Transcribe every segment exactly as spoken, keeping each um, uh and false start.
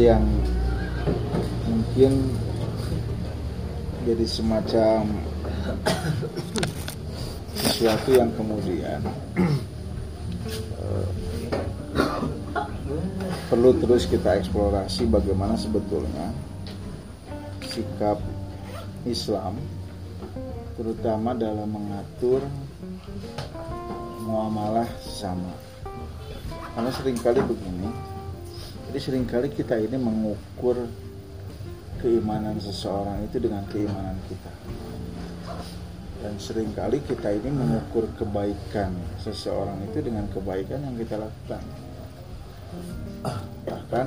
yang mungkin jadi semacam sesuatu yang kemudian uh, perlu terus kita eksplorasi bagaimana sebetulnya sikap Islam terutama dalam mengatur muamalah sesama. Karena seringkali begini, jadi seringkali kita ini mengukur keimanan seseorang itu dengan keimanan kita, dan seringkali kita ini mengukur kebaikan seseorang itu dengan kebaikan yang kita lakukan. Bahkan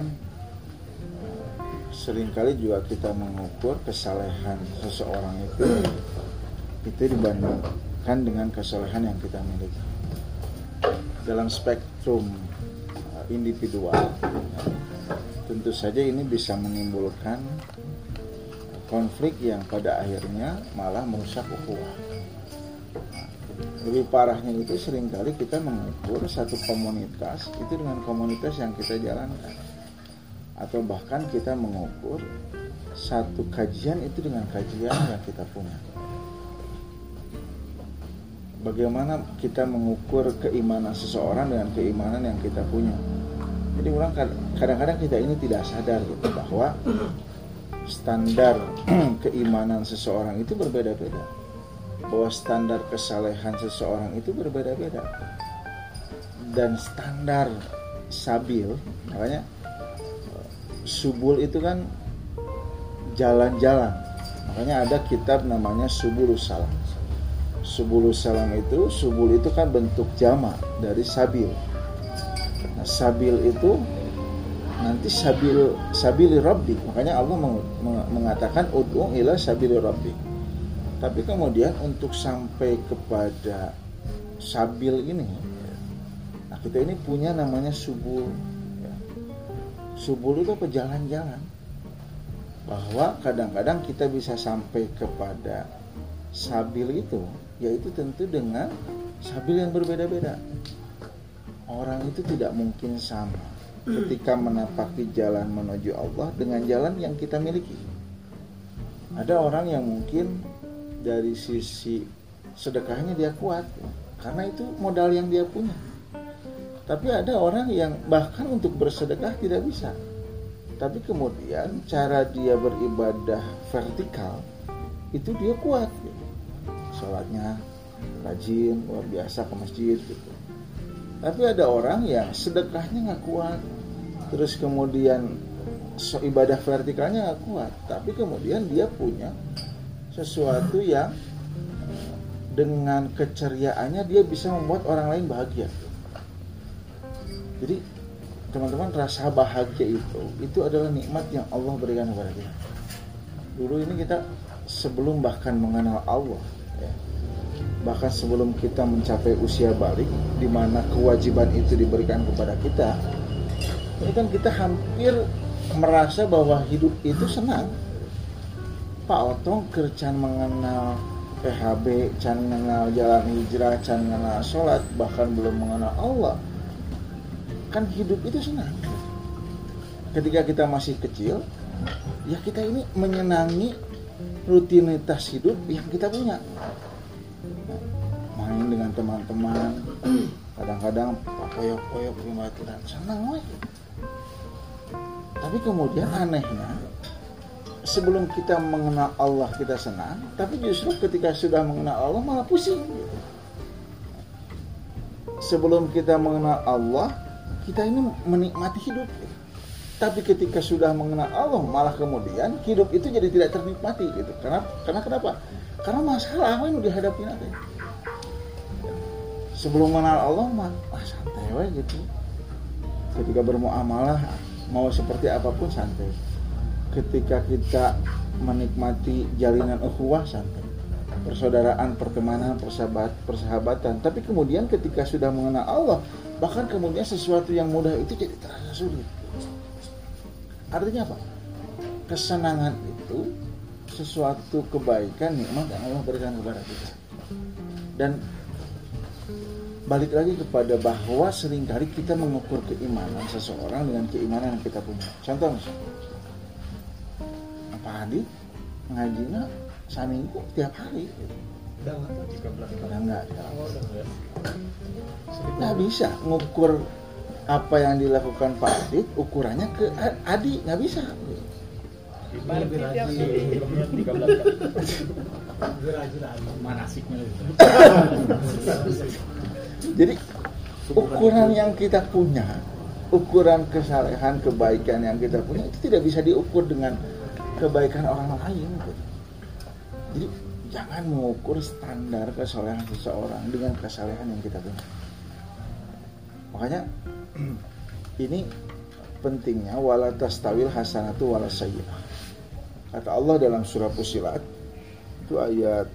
seringkali juga kita mengukur kesalehan seseorang itu itu dibandingkan dengan kesalehan yang kita miliki. Dalam spektrum individual, tentu saja ini bisa menimbulkan konflik yang pada akhirnya malah merusak ukhuwah. Lebih parahnya itu seringkali kita mengukur satu komunitas itu dengan komunitas yang kita jalankan, atau bahkan kita mengukur satu kajian itu dengan kajian yang kita punya. Bagaimana kita mengukur keimanan seseorang dengan keimanan yang kita punya. Jadi orang kadang-kadang kita ini tidak sadar gitu, bahwa standar keimanan seseorang itu berbeda-beda, bahwa standar kesalehan seseorang itu berbeda-beda, dan standar sabil, makanya subul itu kan jalan-jalan, makanya ada kitab namanya Subulus Salam. Subulus Salam itu, subul itu kan bentuk jamak dari sabil. Nah, sabil itu nanti sabil sabili rabbi, makanya Allah mengatakan ud'u ila sabili rabbi. Tapi kemudian untuk sampai kepada sabil ini, nah kita ini punya namanya subul. Subul itu apa? Jalan-jalan. Bahwa kadang-kadang kita bisa sampai kepada sabil itu, yaitu tentu dengan sabil yang berbeda-beda. Orang itu tidak mungkin sama ketika menapaki jalan menuju Allah dengan jalan yang kita miliki. Ada orang yang mungkin dari sisi sedekahnya dia kuat, karena itu modal yang dia punya. Tapi ada orang yang bahkan untuk bersedekah tidak bisa, tapi kemudian cara dia beribadah vertikal itu dia kuat, sholatnya rajin, luar biasa ke masjid gitu. Tapi ada orang yang sedekahnya nggak kuat, terus kemudian ibadah vertikalnya nggak kuat, tapi kemudian dia punya sesuatu yang dengan keceriaannya dia bisa membuat orang lain bahagia. Jadi teman-teman, rasa bahagia itu itu adalah nikmat yang Allah berikan kepada kita. Dulu ini kita sebelum bahkan mengenal Allah, ya, bahkan sebelum kita mencapai usia balik, di mana kewajiban itu diberikan kepada kita, ini kan kita hampir merasa bahwa hidup itu senang. Pak Otong kercan mengenal P H B, can mengenal jalan hijrah, can mengenal sholat, bahkan belum mengenal Allah. Kan hidup itu senang. Ketika kita masih kecil, ya kita ini menyenangi rutinitas hidup yang kita punya. Main dengan teman-teman, kadang-kadang poyok-poyok di baturan, senang we. Tapi kemudian anehnya, sebelum kita mengenal Allah kita senang, tapi justru ketika sudah mengenal Allah malah pusing gitu. Sebelum kita mengenal Allah, kita ini menikmati hidup, tapi ketika sudah mengenal Allah malah kemudian hidup itu jadi tidak ternikmati gitu. Karena karena kenapa? Karena masalah apa yang dihadapi nanti. Sebelum mengenal Allah mah ah, santai we gitu. Ketika bermuamalah mau seperti apapun santai. Ketika kita menikmati jalinan ukhuwah santai. Persaudaraan, pertemanan, persahabat, persahabatan. Tapi kemudian ketika sudah mengenal Allah, bahkan kemudian sesuatu yang mudah itu jadi terasa sulit. Artinya apa? Kesenangan itu sesuatu kebaikan, nikmat yang Allah berikan kepada kita. Dan balik lagi kepada bahwa seringkali kita mengukur keimanan seseorang dengan keimanan yang kita punya. Contoh misalnya, apa adik ngajinya saminggu tiap hari? Udah nggak tiga belas Udah enggak. Oh, udah enggak. Nggak bisa ngukur apa yang dilakukan Pak Adik, ukurannya ke Adi, nggak bisa. Lebih rajin tiga belas lebih rajin manasiknya lebih. Jadi ukuran yang kita punya, ukuran kesalehan, kebaikan yang kita punya itu tidak bisa diukur dengan kebaikan orang lain. Jadi jangan mengukur standar kesalehan seseorang dengan kesalehan yang kita punya. Makanya ini pentingnya wala tastawil hasanatu wala sayyi'ah. Kata Allah dalam surah Fussilat itu ayat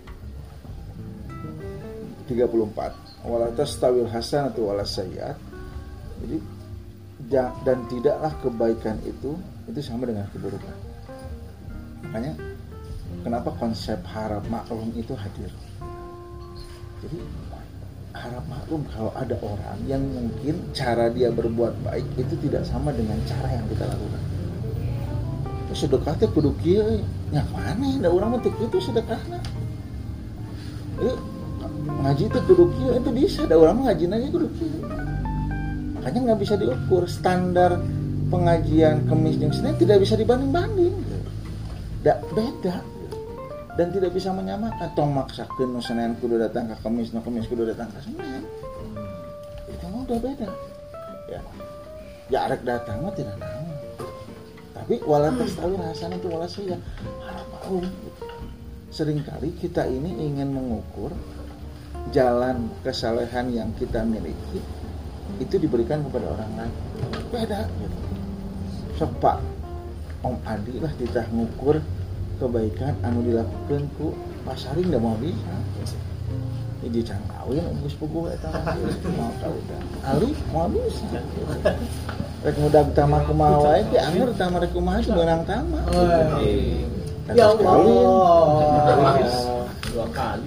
tiga puluh empat, wala tastawil hasanatu wala sayyi'ah. Jadi dan tidaklah kebaikan itu itu sama dengan keburukan. Makanya kenapa konsep harap maklum itu hadir. Jadi harap maklum kalau ada orang yang mungkin cara dia berbuat baik itu tidak sama dengan cara yang kita lakukan. Sedekah teh kudu kieu, nya mana da urang mah teu kitu sedekahna. Eh ngaji teh kudu kieu, itu bisa da urang mah ngajina ge kudu kieu. Makanya enggak bisa diukur standar pengajian Kemis jeung Senin tidak bisa dibanding-banding. Da beda. Dan tidak bisa menyamakan tong maksakeun nu Senin kudu datang ke Kemis, nu Kemis kudu datang ke Senin. Itu mah udah beda. Ya. Ya arek datang mah tidak naon. Tapi wala tastawil hasanatu wala sayyi'ah. Harap maklum. Seringkali kita ini ingin mengukur jalan kesalehan yang kita miliki itu diberikan kepada orang lain. Beda gitu. Sepak Om Adi lah ditah ngukur kebaikan anu dilakukan ku pasaring enggak mau bisa. Ini can kawin geus puguh eta mau kawin. Ali mau bisa. Rek mudag tamah kumaha wae ge anger tamah rek kumaha teh beunang tamah. Ya Allah. Dua kali.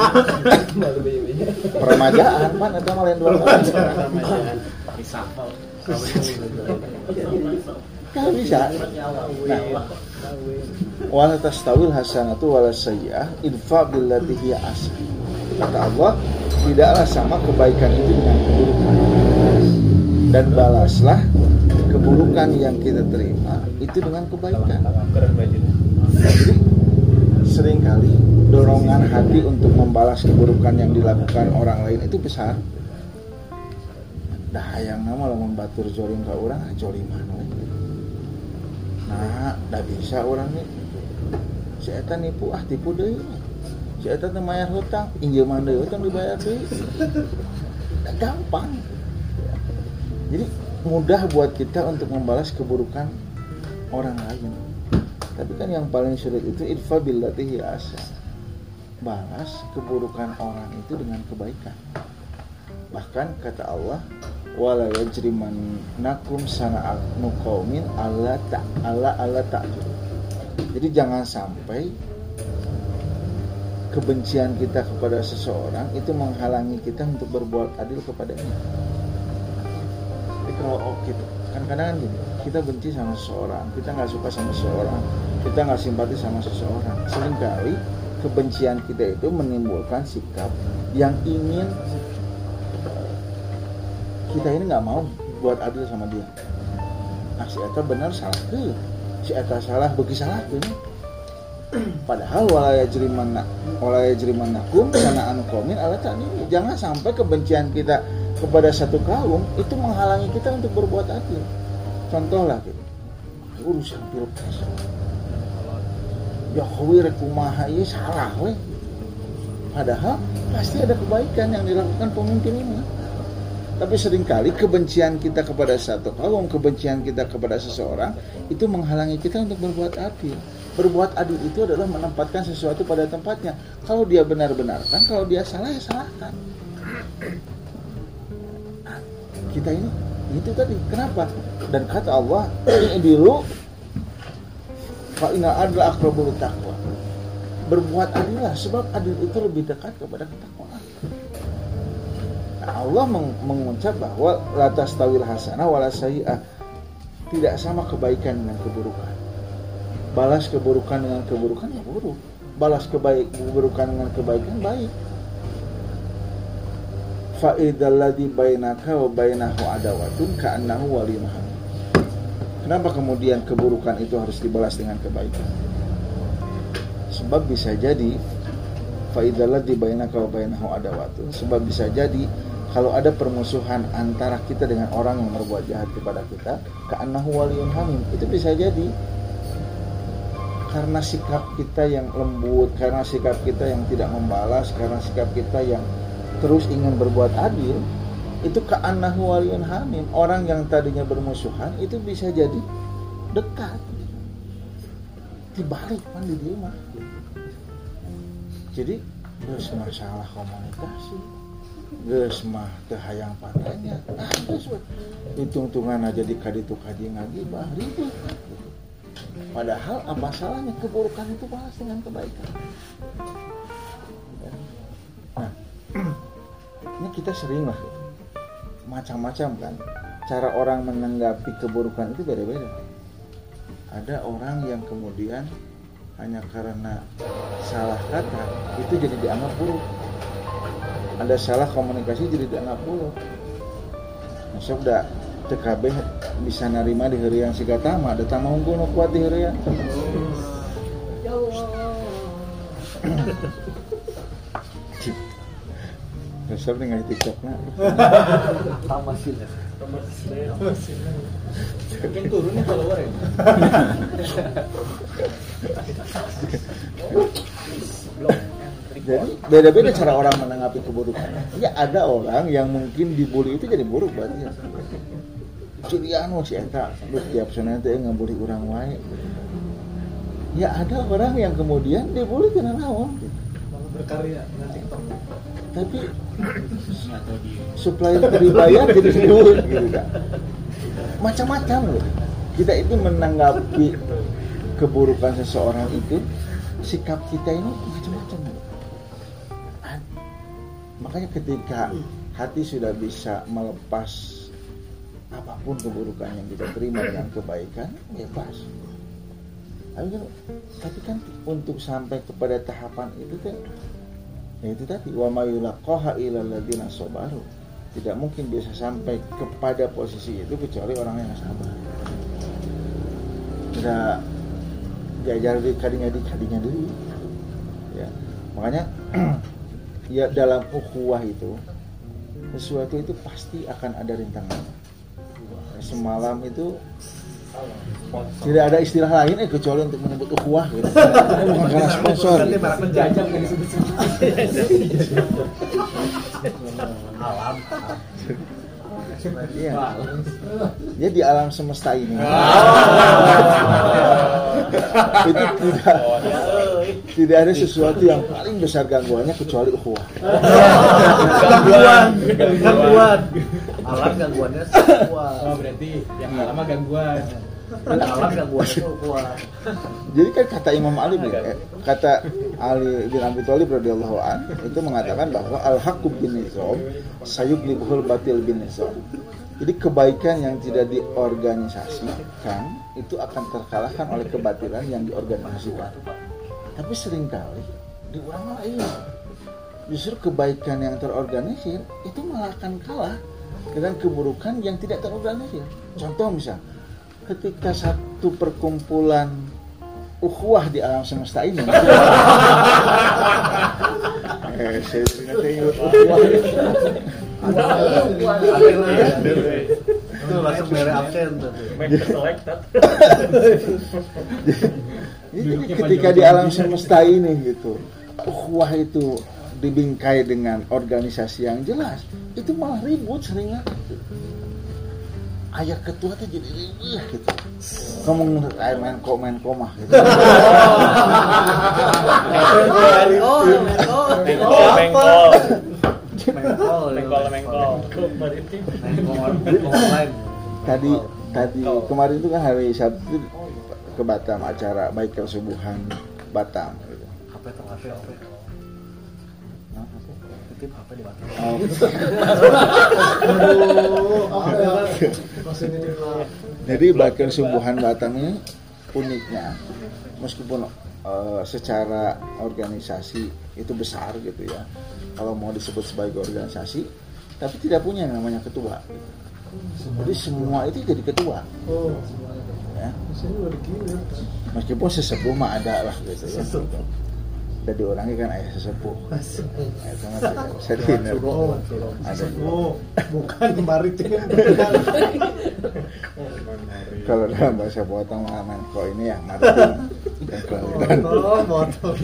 Peremajaan pan eta mah lain dua kali. Peremajaan. Disafal. Kan bisa. Nah, wala tastawil hasanatu wala sayyi'ah idfa billati hiya ahsan. Kata Allah, tidaklah sama kebaikan itu dengan keburukan. Dan balaslah keburukan yang kita terima itu dengan kebaikan. Jadi seringkali dorongan hati untuk membalas keburukan yang dilakukan orang lain itu besar. Dah hayang nama lamun batur zolim ka urang, zoliman we. Nah, dah bisa orang nih. Si eta nipu ah tipu deui. Si eta teh mayar hutang, injeman deui hutang dibayar deui. Gampang. Jadi mudah buat kita untuk membalas keburukan orang lain. Tapi kan yang paling sulit itu idfa billati hiya ahsan. Balas keburukan orang itu dengan kebaikan. Bahkan kata Allah, wala yajrimannakum sana'atu qaumin alla ta'ala alla ta'jil. Jadi jangan sampai kebencian kita kepada seseorang itu menghalangi kita untuk berbuat adil kepadanya. Jadi kalau oh, kita kan kadang gini, kita benci sama seseorang, kita nggak suka sama seseorang, kita nggak simpati sama seseorang. Seringkali kebencian kita itu menimbulkan sikap yang ingin kita ini nggak mau buat adil sama dia. Nah si eta benar salah ke, si eta salah bagi salah ke. Padahal wala yajrimanna wala yajrimannakum sana'an qaumin ala ta'dil. Jangan sampai kebencian kita kepada satu kaum itu menghalangi kita untuk berbuat adil. Contoh lah gitu, urusan pilpres. Jokowi rek kumaha ieu salah we. Padahal pasti ada kebaikan yang dilakukan pemimpin ini. Tapi seringkali kebencian kita kepada satu kaum, kebencian kita kepada seseorang itu menghalangi kita untuk berbuat adil. Berbuat adil itu adalah menempatkan sesuatu pada tempatnya. Kalau dia benar-benarkan, kalau dia salah ya salahkan. Nah, kita ini itu tadi. Kenapa? Dan kata Allah, "I'dilu fa inna adla aqrabu littaqwa." Berbuat adillah sebab adil itu lebih dekat kepada ketakwaan. Allah meng- mengucap bahwa la tastawil hasanah wala sayyi'ah, tidak sama kebaikan dengan keburukan. Balas keburukan dengan keburukan ya buruk, balas kebaik keburukan dengan kebaikan baik. Fa idzal ladzi bainaka wa bainahu adawatun ka'annahu waliyyun hamim. Kenapa kemudian keburukan itu harus dibalas dengan kebaikan? Sebab bisa jadi fa idzal ladzi bainaka wa bainahu adawatun, sebab bisa jadi kalau ada permusuhan antara kita dengan orang yang berbuat jahat kepada kita, ka'annahu waliyyun hamim, itu bisa jadi karena sikap kita yang lembut, karena sikap kita yang tidak membalas, karena sikap kita yang terus ingin berbuat adil, itu ka'annahu waliyyun hamim. Orang yang tadinya bermusuhan itu bisa jadi dekat, dibalik kan di dia mah. Jadi geus masalah komunikasi, geus mah teu hayang patahnya, ah geus hitung-hitungan aja di kaditu kaji ngagibah ribet. Padahal apa salahnya keburukan itu balas dengan kebaikan. Nah, ini kita sering lah macam-macam kan cara orang menanggapi keburukan itu beda-beda. Ada orang yang kemudian hanya karena salah kata itu jadi dianggap buruk, ada salah komunikasi jadi dianggap buruk. Nah, sudah T K B bisa nerima di hari yang sigata mah ada tamah unggul nu kuat di hari yang ya Allah. Resep dengan TikTok na. Tamasin. Tamasin. Mungkin turunnya follower ya. Jadi beda-beda cara orang menanggapi keburukan. Ya ada orang yang mungkin dibully itu jadi buruk berarti ya. Curiano si eta, lu tiap sana teh ngabully urang wae. Ya ada orang yang kemudian dibully kena naon gitu. Berkarya nanti ketemu. Tapi supplier dibayar jadi sedul gitu kan. Macam-macam loh. Kita itu menanggapi keburukan seseorang itu, sikap kita ini macam-macam. Makanya ketika hati sudah bisa melepas apapun keburukan yang kita terima dengan kebaikan, bebas. Tapi kan, tapi kan untuk sampai kepada tahapan itu kan, ya itu tadi wa may yulaqaha illal ladzina sabaru. Tidak mungkin bisa sampai kepada posisi itu kecuali orang yang sabar. Tidak diajar di kadinya di kadinya dulu. Ya, makanya ya dalam ukhuwah itu sesuatu itu pasti akan ada rintangan. Semalam itu tidak ada istilah lain eh kecuali untuk menyebut ukhuwah gitu. Ini bukan karena sponsor. Nanti para penjajah yang disebut-sebut. Alam. Iya. Dia di alam semesta ini. Itu tidak tidak ada sesuatu yang paling besar gangguannya kecuali ukhuwah. Gangguan, gangguan. Alam gangguannya ukhuwah. Oh, berarti yang alam gangguan. Dan alam gangguan itu ukhuwah. Jadi kan kata Imam Ali, eh, kata Ali bin Abi Thalib radhiyallahu an itu mengatakan bahwa al-haqqu bin nizam sayuglibul batil bin nizam. Jadi kebaikan yang tidak diorganisasikan itu akan terkalahkan oleh kebatilan yang diorganisasikan. Tapi seringkali di orang lain justru kebaikan yang terorganisir itu malah akan kalah dengan keburukan yang tidak terorganisir. Contoh misal, ketika satu perkumpulan ukhuwah di alam semesta ini eh saya ingat ukhuwah itu langsung mere absen tuh. Jadi ketika di alam semesta ini gitu, ukhuwah itu dibingkai dengan organisasi yang jelas, itu malah ribut seringnya. Ayah ketua tuh jadi ribut gitu. Ngomong kayak main kok main komah gitu. Oh, mengkol, mengkol. Mengkol, mengkol, mengkol. Tadi tadi kemarin itu kan hari Sabtu ke Batam acara baik kesubuhan Batam gitu. Apa itu apa? Apa? Titip apa di Batam? Oh. Jadi Bakir Subuhan Batam ini uniknya, meskipun uh, secara organisasi itu besar gitu ya, kalau mau disebut sebagai organisasi, tapi tidak punya yang namanya ketua. Jadi semua itu jadi ketua. Ya. Meskipun sesepuh mah ada lah gitu ya. Jadi orangnya kan ayah sesepuh. Ayah sama saya dinner. Ada bukan maritim. Kalau dalam bahasa Potong aman kok ini ya maritim dan kelautan. Oh, motor.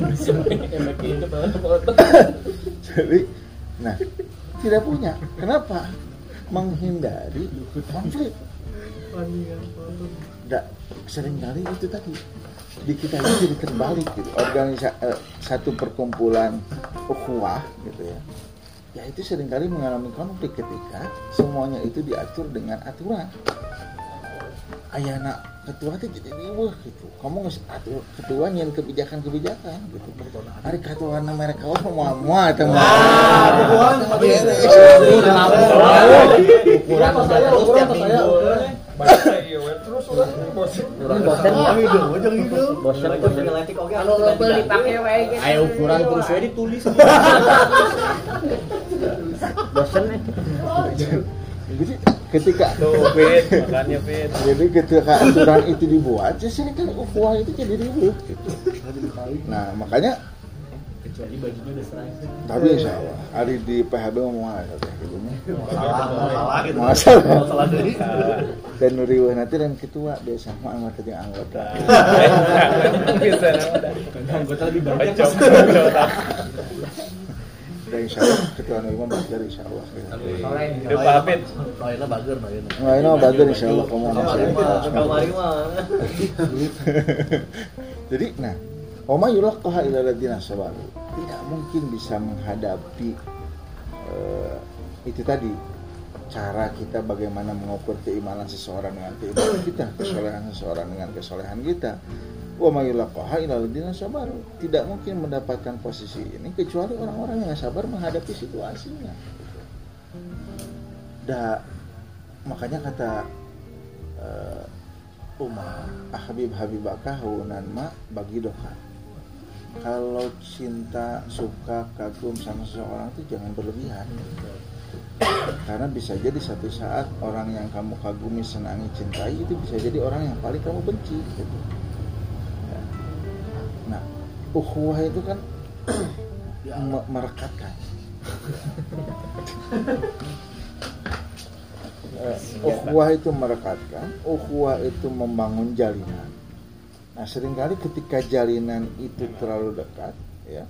Jadi, nah tidak punya. Kenapa? Menghindari konflik. Tidak seringkali itu tadi. Di kita ini jadi terbalik gitu. Organisasi eh, satu perkumpulan ukhuwah gitu ya. Ya itu seringkali mengalami konflik ketika semuanya itu diatur dengan aturan. Ayana ketua itu jadi riweuh gitu. Kamu nggak atur ketua nyen kebijakan-kebijakan gitu. Hari ketua nama mereka oh mau mau atau mau. Ukuran saya ukuran saya. Terus udah bosan. Bosan ya itu, bosan itu. Bosan bosan ngeletik oke. Anu level dipake wae gitu. Ayo ukuran terus we ditulis. Bosan eh. Jadi ketika tuh Fit, makanya Fit. Jadi ketika aturan itu dibuat, ya sering kan ukhuwah itu jadi riweuh gitu. Nah, makanya Kecuali bajunya udah serang. tapi insya Allah hari di P H B mau ada kayak gitu nih. Masalah gitu. Masalah. Masalah deui. Dan riweuh nanti dan ketua biasa mah anggota jeung anggota. Bisa nama. Anggota lebih banyak. Dan insya Allah ketua Imam Bakir insya Allah. Soleh. Itu Pak Fit. Soalnya bager bager. Nah ini Bakir insya Allah kamu. Kamari mah. Jadi nah, Oma yulaqaha ila ladina sabaru. Tidak mungkin bisa menghadapi uh, itu tadi cara kita bagaimana mengukur keimanan seseorang dengan keimanan kita, kesolehan seseorang dengan kesolehan kita. Wa may yulaqaha ila ladina sabaru. Tidak mungkin mendapatkan posisi ini kecuali orang-orang yang sabar menghadapi situasinya. Da, makanya kata uh, Umar, Habib Habibakah hunan ma bagi doka. Kalau cinta, suka, kagum sama seseorang itu jangan berlebihan. Karena bisa jadi satu saat orang yang kamu kagumi, senangi, cintai itu bisa jadi orang yang paling kamu benci gitu. Nah, ukhuwah itu kan me- merekatkan. Uh, ukhuwah itu merekatkan, ukhuwah itu membangun jalinan. Nah, seringkali ketika jalinan itu terlalu dekat, ya,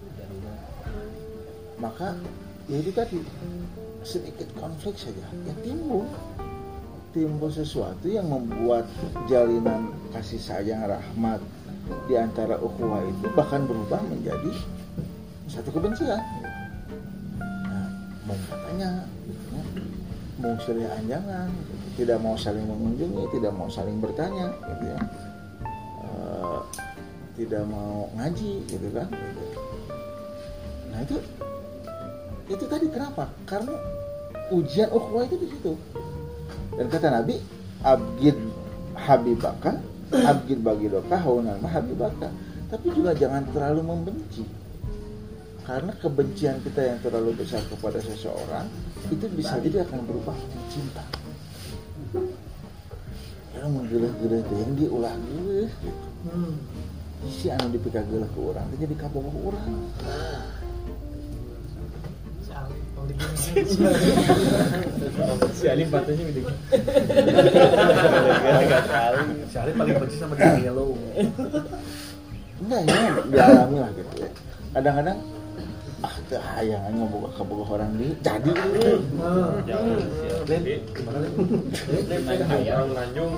maka ya itu tadi sedikit konflik saja, ya timbul, timbul sesuatu yang membuat jalinan kasih sayang, rahmat di antara ukhuwah itu bahkan berubah menjadi satu kebencian. Nah, mau katanya, mau saling anjangan, tidak mau saling mengunjungi, tidak mau saling bertanya, gitu ya, uh, tidak mau ngaji, gitu kan. Gitu. Nah itu, itu tadi kenapa? Karena ujian ukhuwah itu di situ. Dan kata Nabi, abgid habibaka, abgid bagidoka, haunan ma habibaka. Tapi juga jangan terlalu membenci. Karena kebencian kita yang terlalu besar kepada seseorang itu bisa jadi akan berubah menjadi cinta. Ya menggeuleuh-geuleuh teh yang diulah geuleuh gitu. Hmm. Si anu dipika geuleuh ke urang teh jadi kabogoh urang. Si Alif batunya gede. Si Alif paling benci sama dia yellow. Enggak ya, dialami lah gitu ya. Kadang-kadang ah teh hayang ngomong ka bogoh orang di jadi gitu. Jangan jadi gimana nih? Hayang lanjung.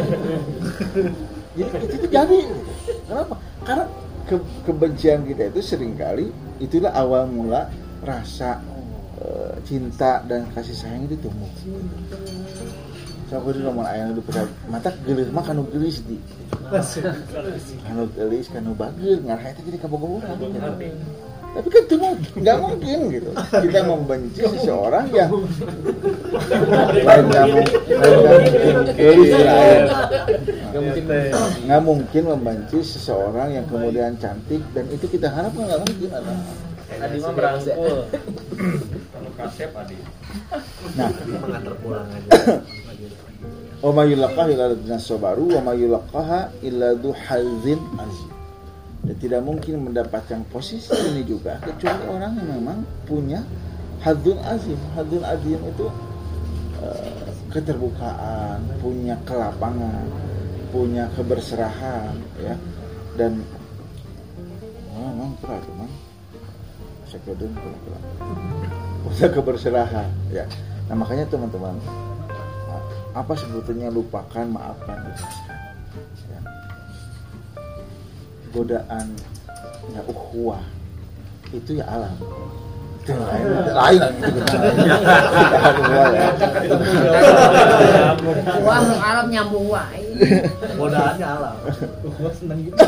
Jadi itu jadi. Kenapa? Karena ke, kebencian kita itu seringkali itulah awal mula rasa uh, cinta dan kasih sayang itu tumbuh. So aku dulu mau ayang dulu pada mata gelis mah kanu gelis di. Kanu gelis kanu bagir ngarah itu jadi kabogoh urang. Tapi kan itu nggak mungkin gitu. Kita membenci seseorang yang lain nggak mungkin, lain nggak mungkin, nggak mungkin, nggak mungkin membenci seseorang yang kemudian cantik dan itu kita harapkan nggak mungkin. Adi mah merangkul. Kalau kasep Adi. Nah, mengantar pulang aja. wa may yulaqaha illa ladzina sabaru wa may yulaqaha illa dzu hazzin azim. Dan tidak mungkin mendapatkan posisi ini juga kecuali orang yang memang punya hadzun azim. Hadzun azim itu uh, keterbukaan, punya kelapangan, punya keberserahan, ya. Dan oh, memang kira teman. Sekedun kira-kira. Punya keberserahan, ya. Nah, makanya teman-teman, apa sebetulnya lupakan, maafkan, ikhlaskan. Ya. Godaan ya ukhuwah itu ya alam. Itu yang lain, lain itu Wah, alam nyambung wae. Godaannya alam. Gua seneng gitu.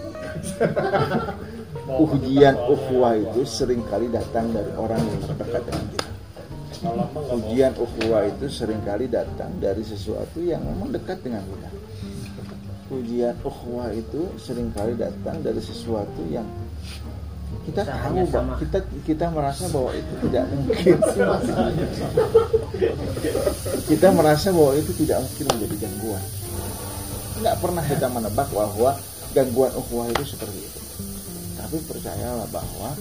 Ujian ukhuwah itu seringkali datang dari orang yang terdekat dengan kita. Ujian ukhuwah itu seringkali datang dari sesuatu yang memang dekat dengan kita. Ujian ukhuwah itu seringkali datang dari sesuatu yang kita tahu bahwa kita kita merasa bahwa itu tidak mungkin. Kita merasa bahwa itu tidak mungkin menjadi gangguan. Enggak pernah kita menebak bahwa gangguan ukhuwah itu seperti itu. Tapi percayalah bahwa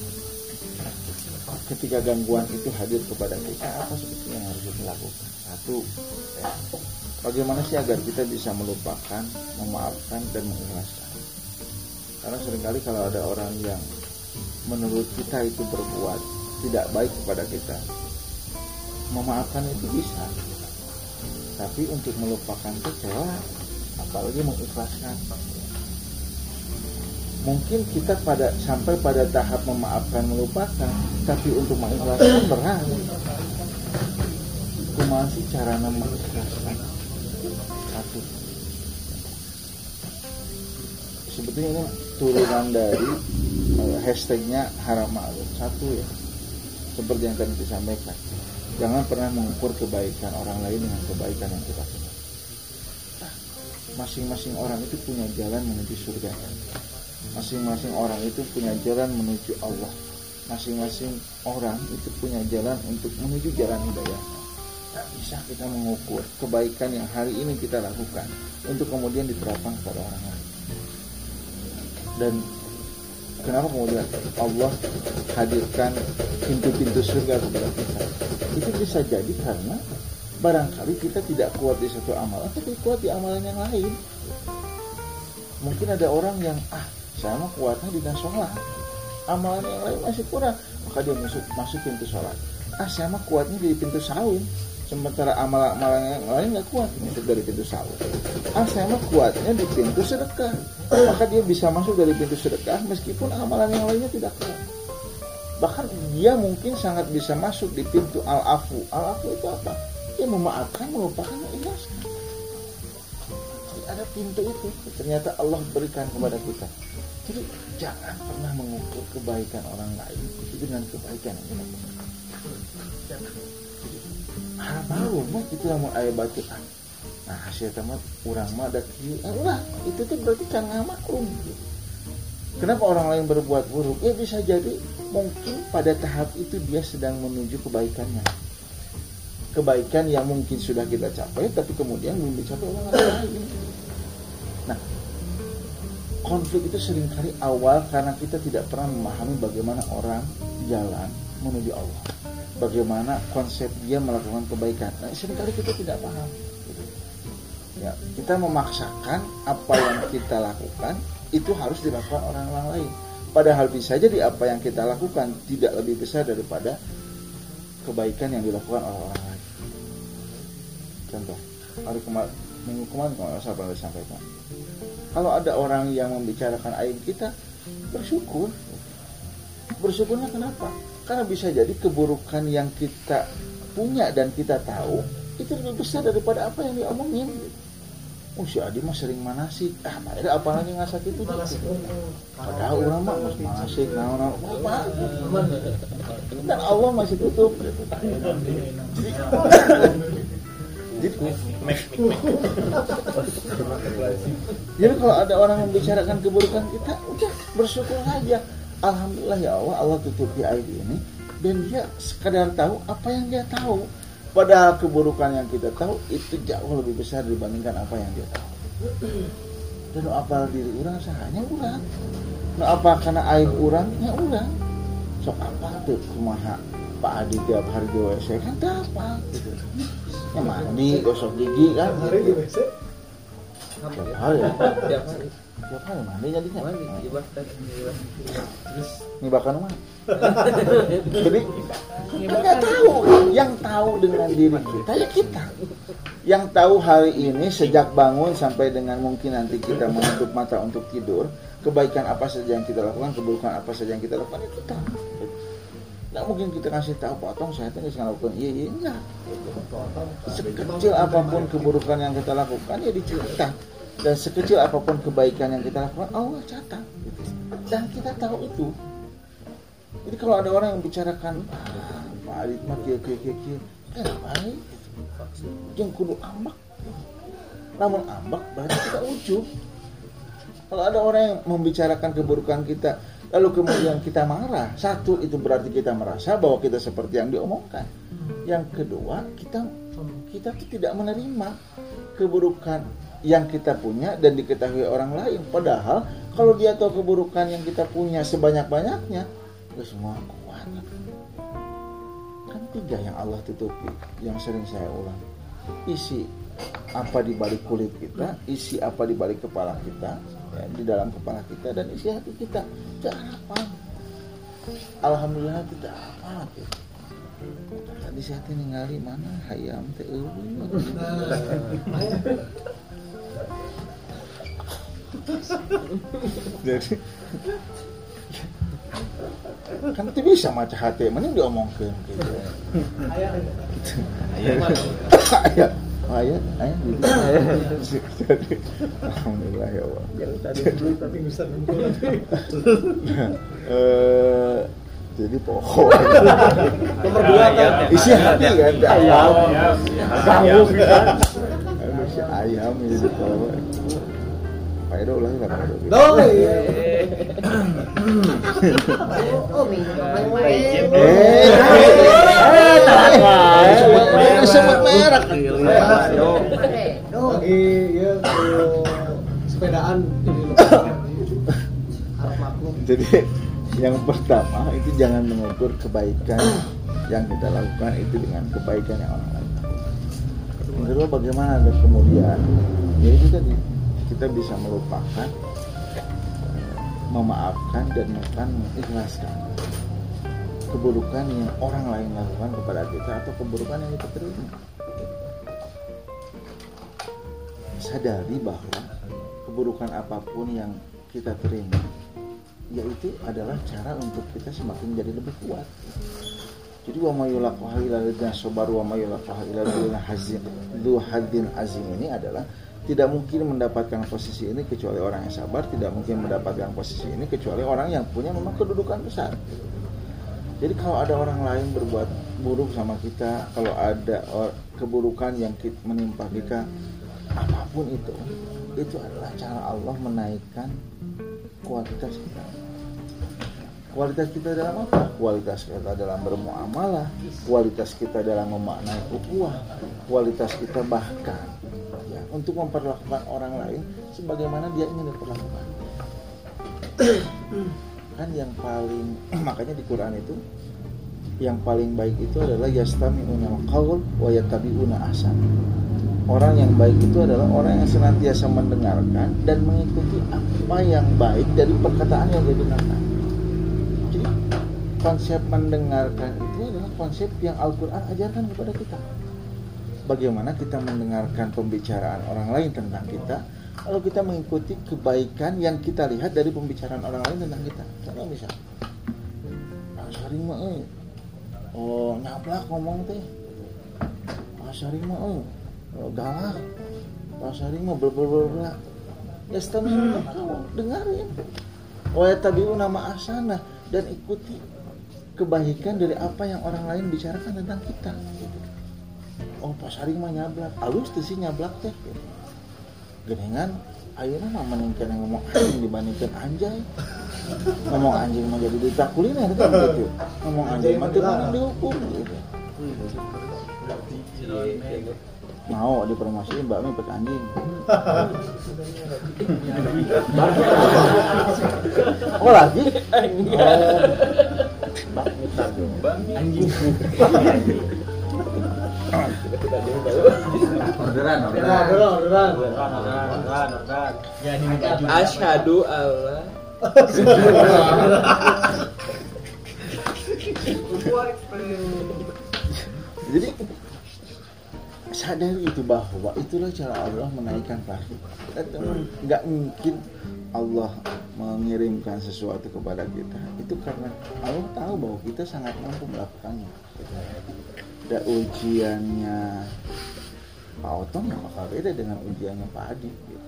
ketika gangguan itu hadir kepada kita, apa sebetulnya yang harus kita lakukan? Satu, ya, bagaimana sih agar kita bisa melupakan, memaafkan, dan mengikhlaskan? Karena seringkali kalau ada orang yang menurut kita itu berbuat tidak baik kepada kita, memaafkan itu bisa, tapi untuk melupakan kecewa, apalagi mengikhlaskan. Mungkin kita pada sampai pada tahap memaafkan, melupakan, tapi untuk mengikhlaskan berat. Kumaha sih carana mengikhlaskan? Satu, sebetulnya ini turunan dari uh, hashtagnya haram ma'ruf. Satu ya, seperti yang tadi disampaikan, jangan pernah mengukur kebaikan orang lain dengan kebaikan yang kita punya. Nah, masing-masing orang itu punya jalan menuju surga. Masing-masing orang itu punya jalan menuju Allah. Masing-masing orang itu punya jalan untuk menuju jalan hidayah. Tak bisa kita mengukur kebaikan yang hari ini kita lakukan untuk kemudian diterapkan kepada orang lain. Dan kenapa kemudian Allah hadirkan pintu-pintu surga kepada kita? Itu bisa jadi karena barangkali kita tidak kuat di satu amalan, tapi kuat di amalan yang lain. Mungkin ada orang yang ah saya mah kuatnya di sholat, amalan yang lain masih kurang, maka dia masuk masuk pintu sholat. Ah saya mah kuatnya di pintu saum, sementara amalan-amalan yang lain nggak kuat masuk dari pintu saum. Ah saya mah kuatnya di pintu sedekah, maka dia bisa masuk dari pintu sedekah meskipun amalan yang lainnya tidak kuat. Bahkan dia mungkin sangat bisa masuk di pintu al-afu. Al-afu itu apa? Dia memaafkan, melupakan, mengikhlaskan. Ada pintu itu, ternyata Allah berikan kepada kita. Jadi jangan pernah mengukur kebaikan orang lain itu dengan kebaikan yang kita punya. Harap malu mah itu yang mau ayat bacaan. Nah hasil tamat urang mah ada kieu. Ah ulah, itu tuh berarti can ngamaklum. Kenapa orang lain berbuat buruk? Ya bisa jadi mungkin pada tahap itu dia sedang menuju kebaikannya. Kebaikan yang mungkin sudah kita capai tapi kemudian belum dicapai oleh orang lain. Nah, konflik itu seringkali awal karena kita tidak pernah memahami bagaimana orang jalan menuju Allah, bagaimana konsep dia melakukan kebaikan. Nah, seringkali kita tidak paham. Ya, kita memaksakan apa yang kita lakukan itu harus dilakukan orang-orang lain. Padahal bisa jadi apa yang kita lakukan tidak lebih besar daripada kebaikan yang dilakukan oleh orang lain. Contoh, hari kemarin, minggu kemarin kalau saya pernah sampaikan. Kalau ada orang yang membicarakan aib kita, bersyukur. Bersyukurnya kenapa? Karena bisa jadi keburukan yang kita punya dan kita tahu itu lebih besar daripada apa yang diomongin. oh si Adi mah sering manasik, ah ada apa lagi ngasak itu padahal orang mah mas manasik naon-naon apa dan Allah masih tutup jadi jadi kalau ada orang membicarakan keburukan kita udah bersyukur saja, alhamdulillah ya Allah, Allah tutupi aib ini dan dia sekadar tahu apa yang dia tahu. Padahal keburukan yang kita tahu itu jauh lebih besar dibandingkan apa yang dia tahu. Dan apa diri orang sahanya orang. Nah apa karena aib orang ya orang. Sok apa tuh kumaha Pak Adi tiap hari di W C kan tak apa. Ya mandi gosok gigi kan. Hari di W C. Tiap hari. Tiap hari. Tiap hari mandi jadinya. Mandi ibas terus Ngibakan mah. Jadi nggak tahu, yang tahu dengan diri kita ya kita, yang tahu hari ini sejak bangun sampai dengan mungkin nanti kita menutup mata untuk tidur, kebaikan apa saja yang kita lakukan, keburukan apa saja yang kita lakukan ya kita. Nggak mungkin kita kasih tahu potong saya tuh nggak lakukan, iya iya enggak. Sekecil apapun keburukan yang kita lakukan ya dicatat, dan sekecil apapun kebaikan yang kita lakukan Allah catat, dan kita tahu itu. Jadi kalau ada orang yang bicarakan ah, Pak Adit mah kieu kieu kieu kieu, kenapa nih? Jeung kudu ambak. Namun ambak berarti kita ujub. Kalau ada orang yang membicarakan keburukan kita, lalu kemudian kita marah, satu itu berarti kita merasa bahwa kita seperti yang diomongkan. Yang kedua, kita kita tuh tidak menerima keburukan yang kita punya dan diketahui orang lain. Padahal kalau dia tahu keburukan yang kita punya sebanyak-banyaknya, itu semua kuat. Kan tiga yang Allah tutupi, yang sering saya ulang. Isi apa di balik kulit kita, isi apa di balik kepala kita, ya, di dalam kepala kita, dan isi hati kita. Jangan apa? Alhamdulillah kita apa? Gitu. Tadi saya ningali mana hayam teh eueuh. Jadi kan itu bisa maca hati, mending diomongkeun gitu. Aya. Aya. Aya, aya gitu. Jadi alhamdulillah ya Allah. Yang tadi dulu tapi bisa nunggu nanti. Eh jadi pohon. Nomor dua kan Isi hati kan ayam. Ayam. Isi ayam jadi pohon. Pak Edo ulangi lah Pak Edo. Dong. Oh, minggu kemarin. Eh, eh, eh, sebut merek. Lagi ya sepedaan harap maklum. Jadi yang pertama itu jangan mengukur kebaikan yang kita lakukan itu dengan kebaikan yang orang lain. Yang kedua bagaimana dan kemudian ya itu tadi kita bisa melupakan, memaafkan dan bahkan mengikhlaskan keburukan yang orang lain lakukan kepada kita atau keburukan yang kita terima. Sadari bahwa keburukan apapun yang kita terima yaitu adalah cara untuk kita semakin jadi lebih kuat. Jadi wa may yulaqaha illa ladzina sabaru wa may yulaqaha illa dzul hadzin azim ini adalah tidak mungkin mendapatkan posisi ini kecuali orang yang sabar, tidak mungkin mendapatkan posisi ini kecuali orang yang punya memang kedudukan besar. Jadi kalau ada orang lain berbuat buruk sama kita, kalau ada keburukan yang menimpa kita, apapun itu, itu adalah cara Allah menaikkan kualitas kita. Kualitas kita dalam apa? Kualitas kita dalam bermuamalah, kualitas kita dalam memaknai ukhuwah, kualitas kita bahkan ya, untuk memperlakukan orang lain sebagaimana dia ingin diperlakukan. Kan yang paling makanya di Quran itu yang paling baik itu adalah yastami'una al-qaul wa yattabi'una ahsan. Orang yang baik itu adalah orang yang senantiasa mendengarkan dan mengikuti apa yang baik dari perkataan yang dia dengarkan. Jadi konsep mendengarkan itu adalah konsep yang Al-Quran ajarkan kepada kita. Bagaimana kita mendengarkan pembicaraan orang lain tentang kita, lalu kita mengikuti kebaikan yang kita lihat dari pembicaraan orang lain tentang kita. Contoh misal, ah sering mah euy, oh nyablak ngomong teh, ah sering mah euy, oh, galak Pak Saring mah berberberbela ya setengah kamu dengarin wa tabi'u nama asana dan ikuti kebaikan dari apa yang orang lain bicarakan tentang kita gitu. Oh Pak Saring mah nyablak alus tuh sih nyablak teh gitu. Geningan ayeuna mah meningkat ngomong anjing dibandingkan anjay ngomong anjing mah jadi duta kuliner kan gitu ngomong anjing mah teu mana dihukum gitu mau dipromosiin bakmi pek anjing oh lagi oh bakmi tanggung anjing orderan orderan orderan orderan ya ini baju Asyhadu alla jadi sadari itu bahwa itulah cara Allah menaikkan kelas kita. Nggak mungkin Allah mengirimkan sesuatu kepada kita itu karena Allah tahu bahwa kita sangat mampu melakukannya. Ada ujiannya Pak Otong yang bakal beda dengan ujiannya Pak Adi.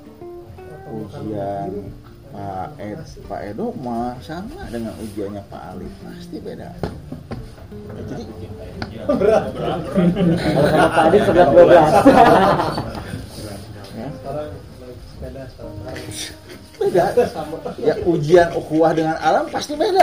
Ujian Pak Ed, Pak Edo mah sama dengan ujiannya Pak Ali, pasti beda. Ya, jadi berat. Kalau sama Pak Adi sebelas dua belas. Ya. Sekarang naik sepeda sekarang. Beda. Ya ujian ukhuwah dengan alam pasti beda.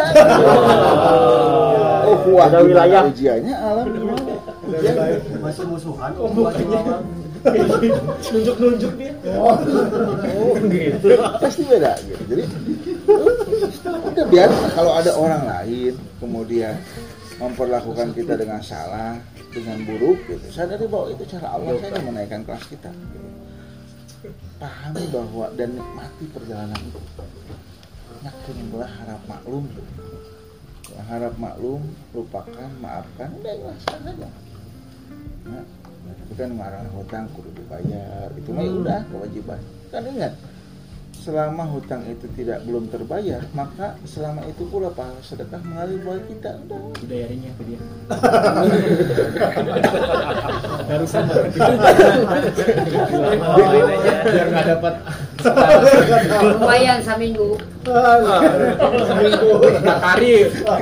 Ukhuwah Ada wilayah ujiannya alam gimana? Ujian Masih musuhan ukhuwah. Nunjuk-nunjuk dia. oh, oh gitu. Pasti beda gitu. Jadi udah biar kalau ada orang lain kemudian memperlakukan kita dengan salah, dengan buruk gitu. Sadari bahwa itu cara Allah saja menaikkan kelas kita. Gitu. Pahami bahwa dan nikmati perjalanan itu. Yakin belah harap maklum. Harap maklum, lupakan, maafkan, udah ikhlaskan aja. Nah, itu kan ngarang hutang kudu dibayar. Itu mah ya udah kewajiban. Kan ingat, selama hutang itu tidak belum terbayar, maka selama itu pula pahala sedekah mengalir buat kita. Udah. Bayarinnya ke dia. Harus sama. Biar nggak dapat. Lumayan seminggu. Seminggu. Takari.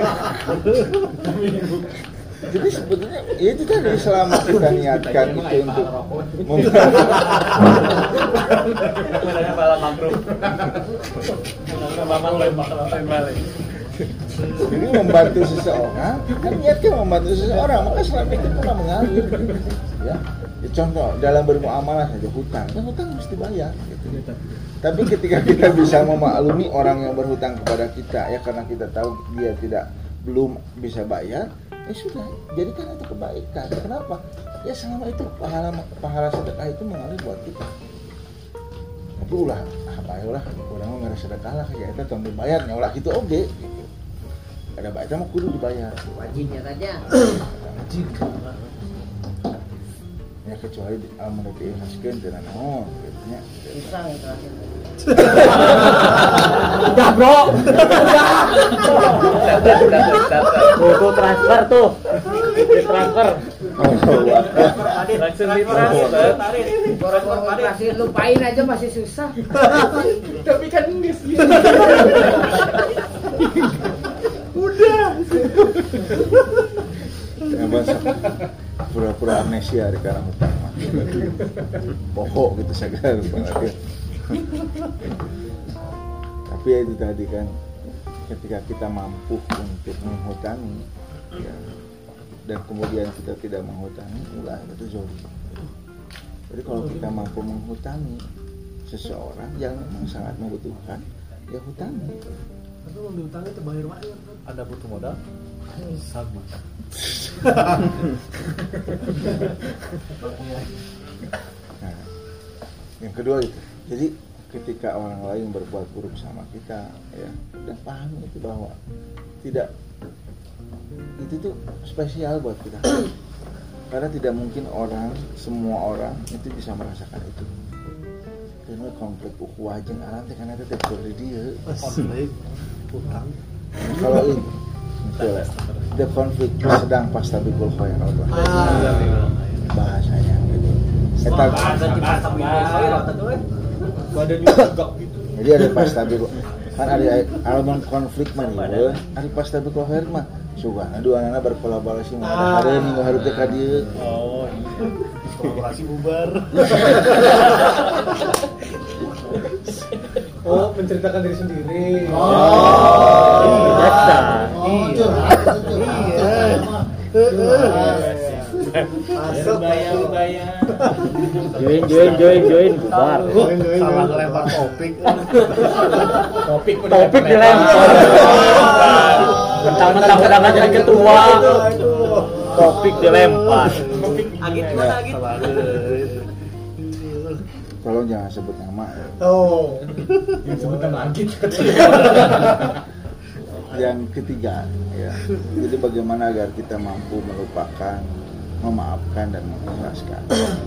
Jadi sebetulnya ya itu tadi selama kita niatkan itu untuk Menanya pala makruh. Mamang lempar balik. Jadi membantu seseorang, kan niatkan membantu seseorang, maka selama itu pula mengalir. Ya, ya contoh dalam bermuamalah saja hutang, ya hutang mesti bayar. Gitu. Tapi ketika kita bisa memaklumi orang yang berhutang kepada kita, ya karena kita tahu dia tidak belum bisa bayar, ya sudah, jadikan itu kebaikan. Kenapa? Ya selama itu pahala pahala sedekah itu mengalir buat kita. Tapi ulah apa ya ulah, orang mau nggak sedekah lah kayak itu tong dibayarnya ulah gitu oke. Gitu. Ada baiknya mau kudu dibayar. Wajibnya saja. Wajib. Ya kecuali menurut ikhlaskeun teu naon gitu nya. Susah ya terakhir. Udah bro. Tuh transfer tuh. Transfer. Langsung ditransfer. Orang-orang kasih lupain aja masih susah. Tapi kan enggak sih. Udah. Ya bahasa pura-pura amnesia di karang hutang. Pokok gitu segala lupa. Tapi ya itu tadi kan ketika kita mampu untuk menghutangi ya, dan kemudian kita tidak menghutangi ulah itu zolim. Jadi kalau kita mampu menghutangi seseorang yang memang sangat membutuhkan ya hutangi. Tapi mau diutangnya terbayar wae. Ada butuh modal? Sama. Nah, yang kedua itu. Jadi ketika orang lain berbuat buruk sama kita, ya, dan pahami itu bahwa tidak itu tuh spesial buat kita. Karena tidak mungkin orang, semua orang itu bisa merasakan itu. Karena konflik ukhuwah jeung alam teh kana teh dari dia. Konflik utang. Kalau ini misalnya the konflik sedang pas tabikul khairat. Bahasanya gitu. Eta ganti pasta biru saya lah tuh kan. Badannya tegak gitu. jadi ada pas stabil kan ada alaman konflik mah nih ada pas stabil kohir mah suka aduh anak berkolaborasi mah ada minggu hari teh ka dieu Oh iya. Kolaborasi bubar. Oh, menceritakan diri sendiri. Oh, biasa. Oh, curhat, curhat. Iya. Masuk Bayar, bayar. Join, join, join, join, bubar. Salah ngelempar topik. Topik topik dilempar. Mentang-mentang udah nggak jadi ketua. Topik dilempar. Agit mana agit? tolong jangan sebut nama ya. Oh. Yang sebut nama Agit. Yang ketiga ya, jadi bagaimana agar kita mampu melupakan, memaafkan dan mengikhlaskan.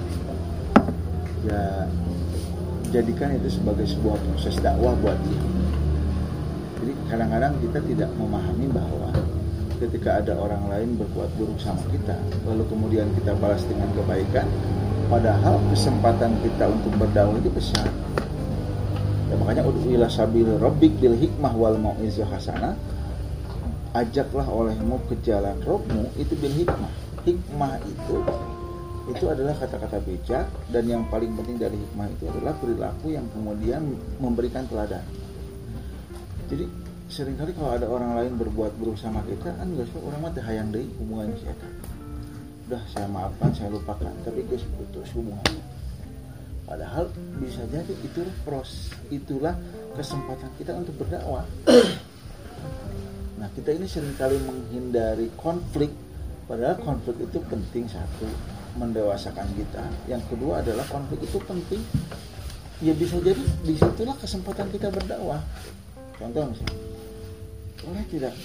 Ya, jadikan itu sebagai sebuah proses dakwah buat dia. Jadi kadang-kadang kita tidak memahami bahwa ketika ada orang lain berbuat buruk sama kita, lalu kemudian kita balas dengan kebaikan, padahal kesempatan kita untuk berdakwah itu besar. Ya, makanya ud'u ila sabil rabbik bil hikmah wal mau'izah hasanah. Ajaklah olehmu ke jalan Rabbmu itu bil hikmah. Hikmah itu itu adalah kata-kata bijak, dan yang paling penting dari hikmah itu adalah perilaku yang kemudian memberikan teladan. Jadi seringkali kalau ada orang lain berbuat buruk sama kita, kan geus orang mah teh hayang deui hubungannya si eta. Udah saya maafkan, saya lupakan, tapi geus putus hubungannya. Padahal bisa jadi itulah pros, itulah kesempatan kita untuk berdakwah. Nah, kita ini seringkali menghindari konflik, padahal konflik itu penting. Satu, mendewasakan kita. Yang kedua adalah konflik itu penting. Ya bisa jadi disitulah kesempatan kita berdakwah. Contoh misalnya, boleh tidak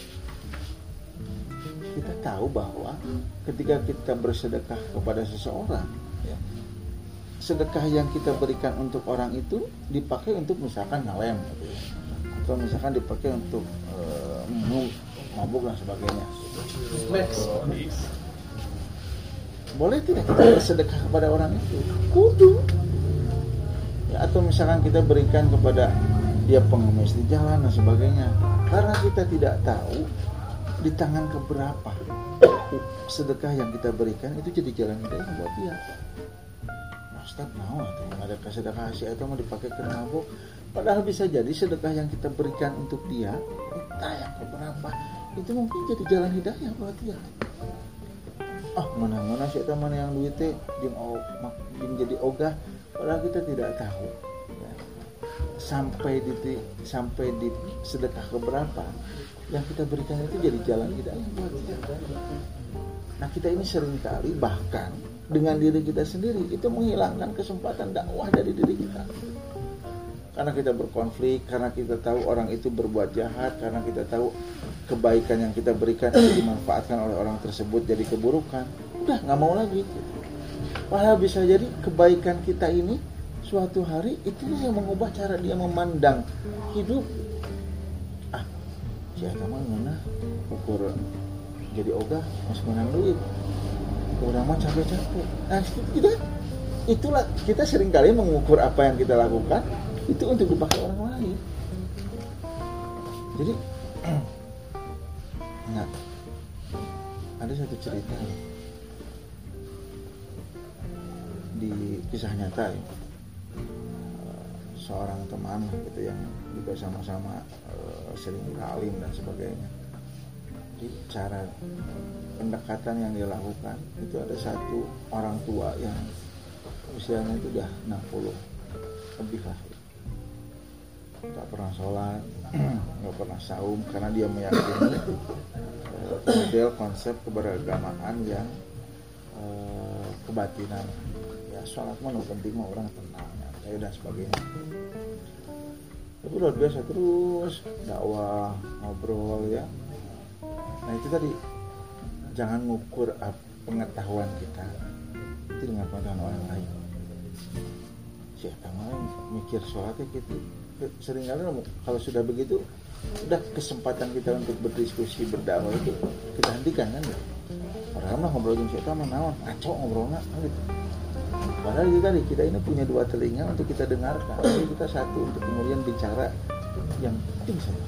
kita tahu bahwa ketika kita bersedekah kepada seseorang, ya, sedekah yang kita berikan untuk orang itu dipakai untuk misalkan ngalem, gitu ya, atau misalkan dipakai untuk uh, minum, mabuk dan sebagainya. Boleh tidak kita bersedekah kepada orang itu? Kudu. Ya, atau misalkan kita berikan kepada dia pengemis di jalan dan sebagainya, karena kita tidak tahu di tangan keberapa sedekah yang kita berikan itu jadi jalan hidayah buat dia. Nah, Ustaz, mau atau ada sedekah si atau mau dipakai ke mabuk, padahal bisa jadi sedekah yang kita berikan untuk dia entah yang keberapa itu mungkin jadi jalan hidayah buat dia. Ah, mana-mana si atau mana yang duitnya jeung jeung jadi ogah, padahal kita tidak tahu. Sampai di sampai di sedekah keberapa yang kita berikan itu jadi jalan hidayah buat kita. Nah, kita ini seringkali bahkan dengan diri kita sendiri itu menghilangkan kesempatan dakwah dari diri kita. Karena kita berkonflik, karena kita tahu orang itu berbuat jahat, karena kita tahu kebaikan yang kita berikan itu dimanfaatkan oleh orang tersebut jadi keburukan. Udah nggak mau lagi. Padahal bisa jadi kebaikan kita ini suatu hari itu yang mengubah cara dia memandang hidup. Ah, siapa mah mana ukur jadi ogah masih menang duit, orang mah capek-capek. Nah, kita itulah kita seringkali mengukur apa yang kita lakukan itu untuk dipakai orang lain. Jadi, nah, ada satu cerita di kisah nyata ya. Seorang teman gitu yang juga sama-sama uh, sering alim dan sebagainya. Jadi cara pendekatan yang dia lakukan itu ada satu orang tua yang usianya itu udah enam puluh lebih lah, nggak pernah sholat, nggak pernah saum, karena dia meyakini uh, model konsep keberagamaan yang uh, kebatinan. Ya sholat mah no penting mah orang tenang dan sebagainya. Tapi luar biasa terus dakwah, ngobrol ya. Nah itu tadi, jangan ngukur pengetahuan kita itu dengan pengetahuan orang lain. Siapa mau mikir sholatnya gitu. Seringkali kalau sudah begitu, udah kesempatan kita untuk berdiskusi, berdakwah itu kita hentikan kan. Padahal mah ngobrol dengan siapa mah naon, ngaco ngobrolnya kan gitu. Padahal itu tadi kita ini punya dua telinga untuk kita dengarkan, tapi kita satu untuk kemudian bicara yang penting saja.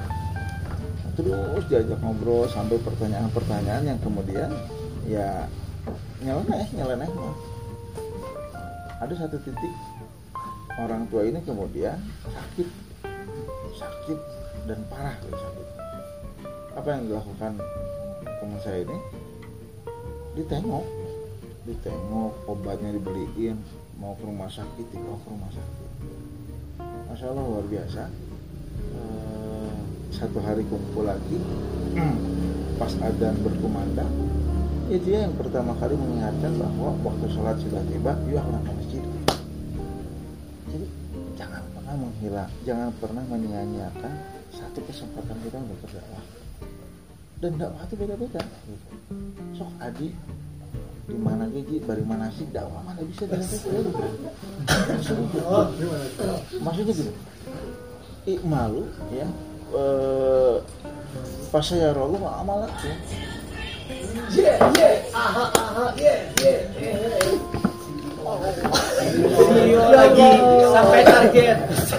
Terus diajak ngobrol sampai pertanyaan-pertanyaan yang kemudian ya nyeleneh, nyeleneh mah. Ada satu titik orang tua ini kemudian sakit, sakit dan parah sakit. Apa yang dilakukan teman saya ini? Ditengok, ditengok, obatnya dibeliin, mau ke rumah sakit, dibawa ke rumah sakit. Masya Allah luar biasa. Eee, satu hari kumpul lagi, pas adzan berkumandang, ya dia yang pertama kali mengingatkan bahwa waktu sholat sudah tiba, yuk akan ke masjid. Jadi jangan pernah menghilang, jangan pernah menyia-nyiakan satu kesempatan kita untuk berdakwah. Dan dakwah itu beda-beda. Gitu. Sok adi di mana gigi, dari mana sih dakwah mana bisa dilakukan? Maksudnya gitu. Ikmalu ya. Eh, pas saya rolu amalan ya. Yeah, yeah, aha, aha, yeah, yeah, yeah. Video lagi sampai target.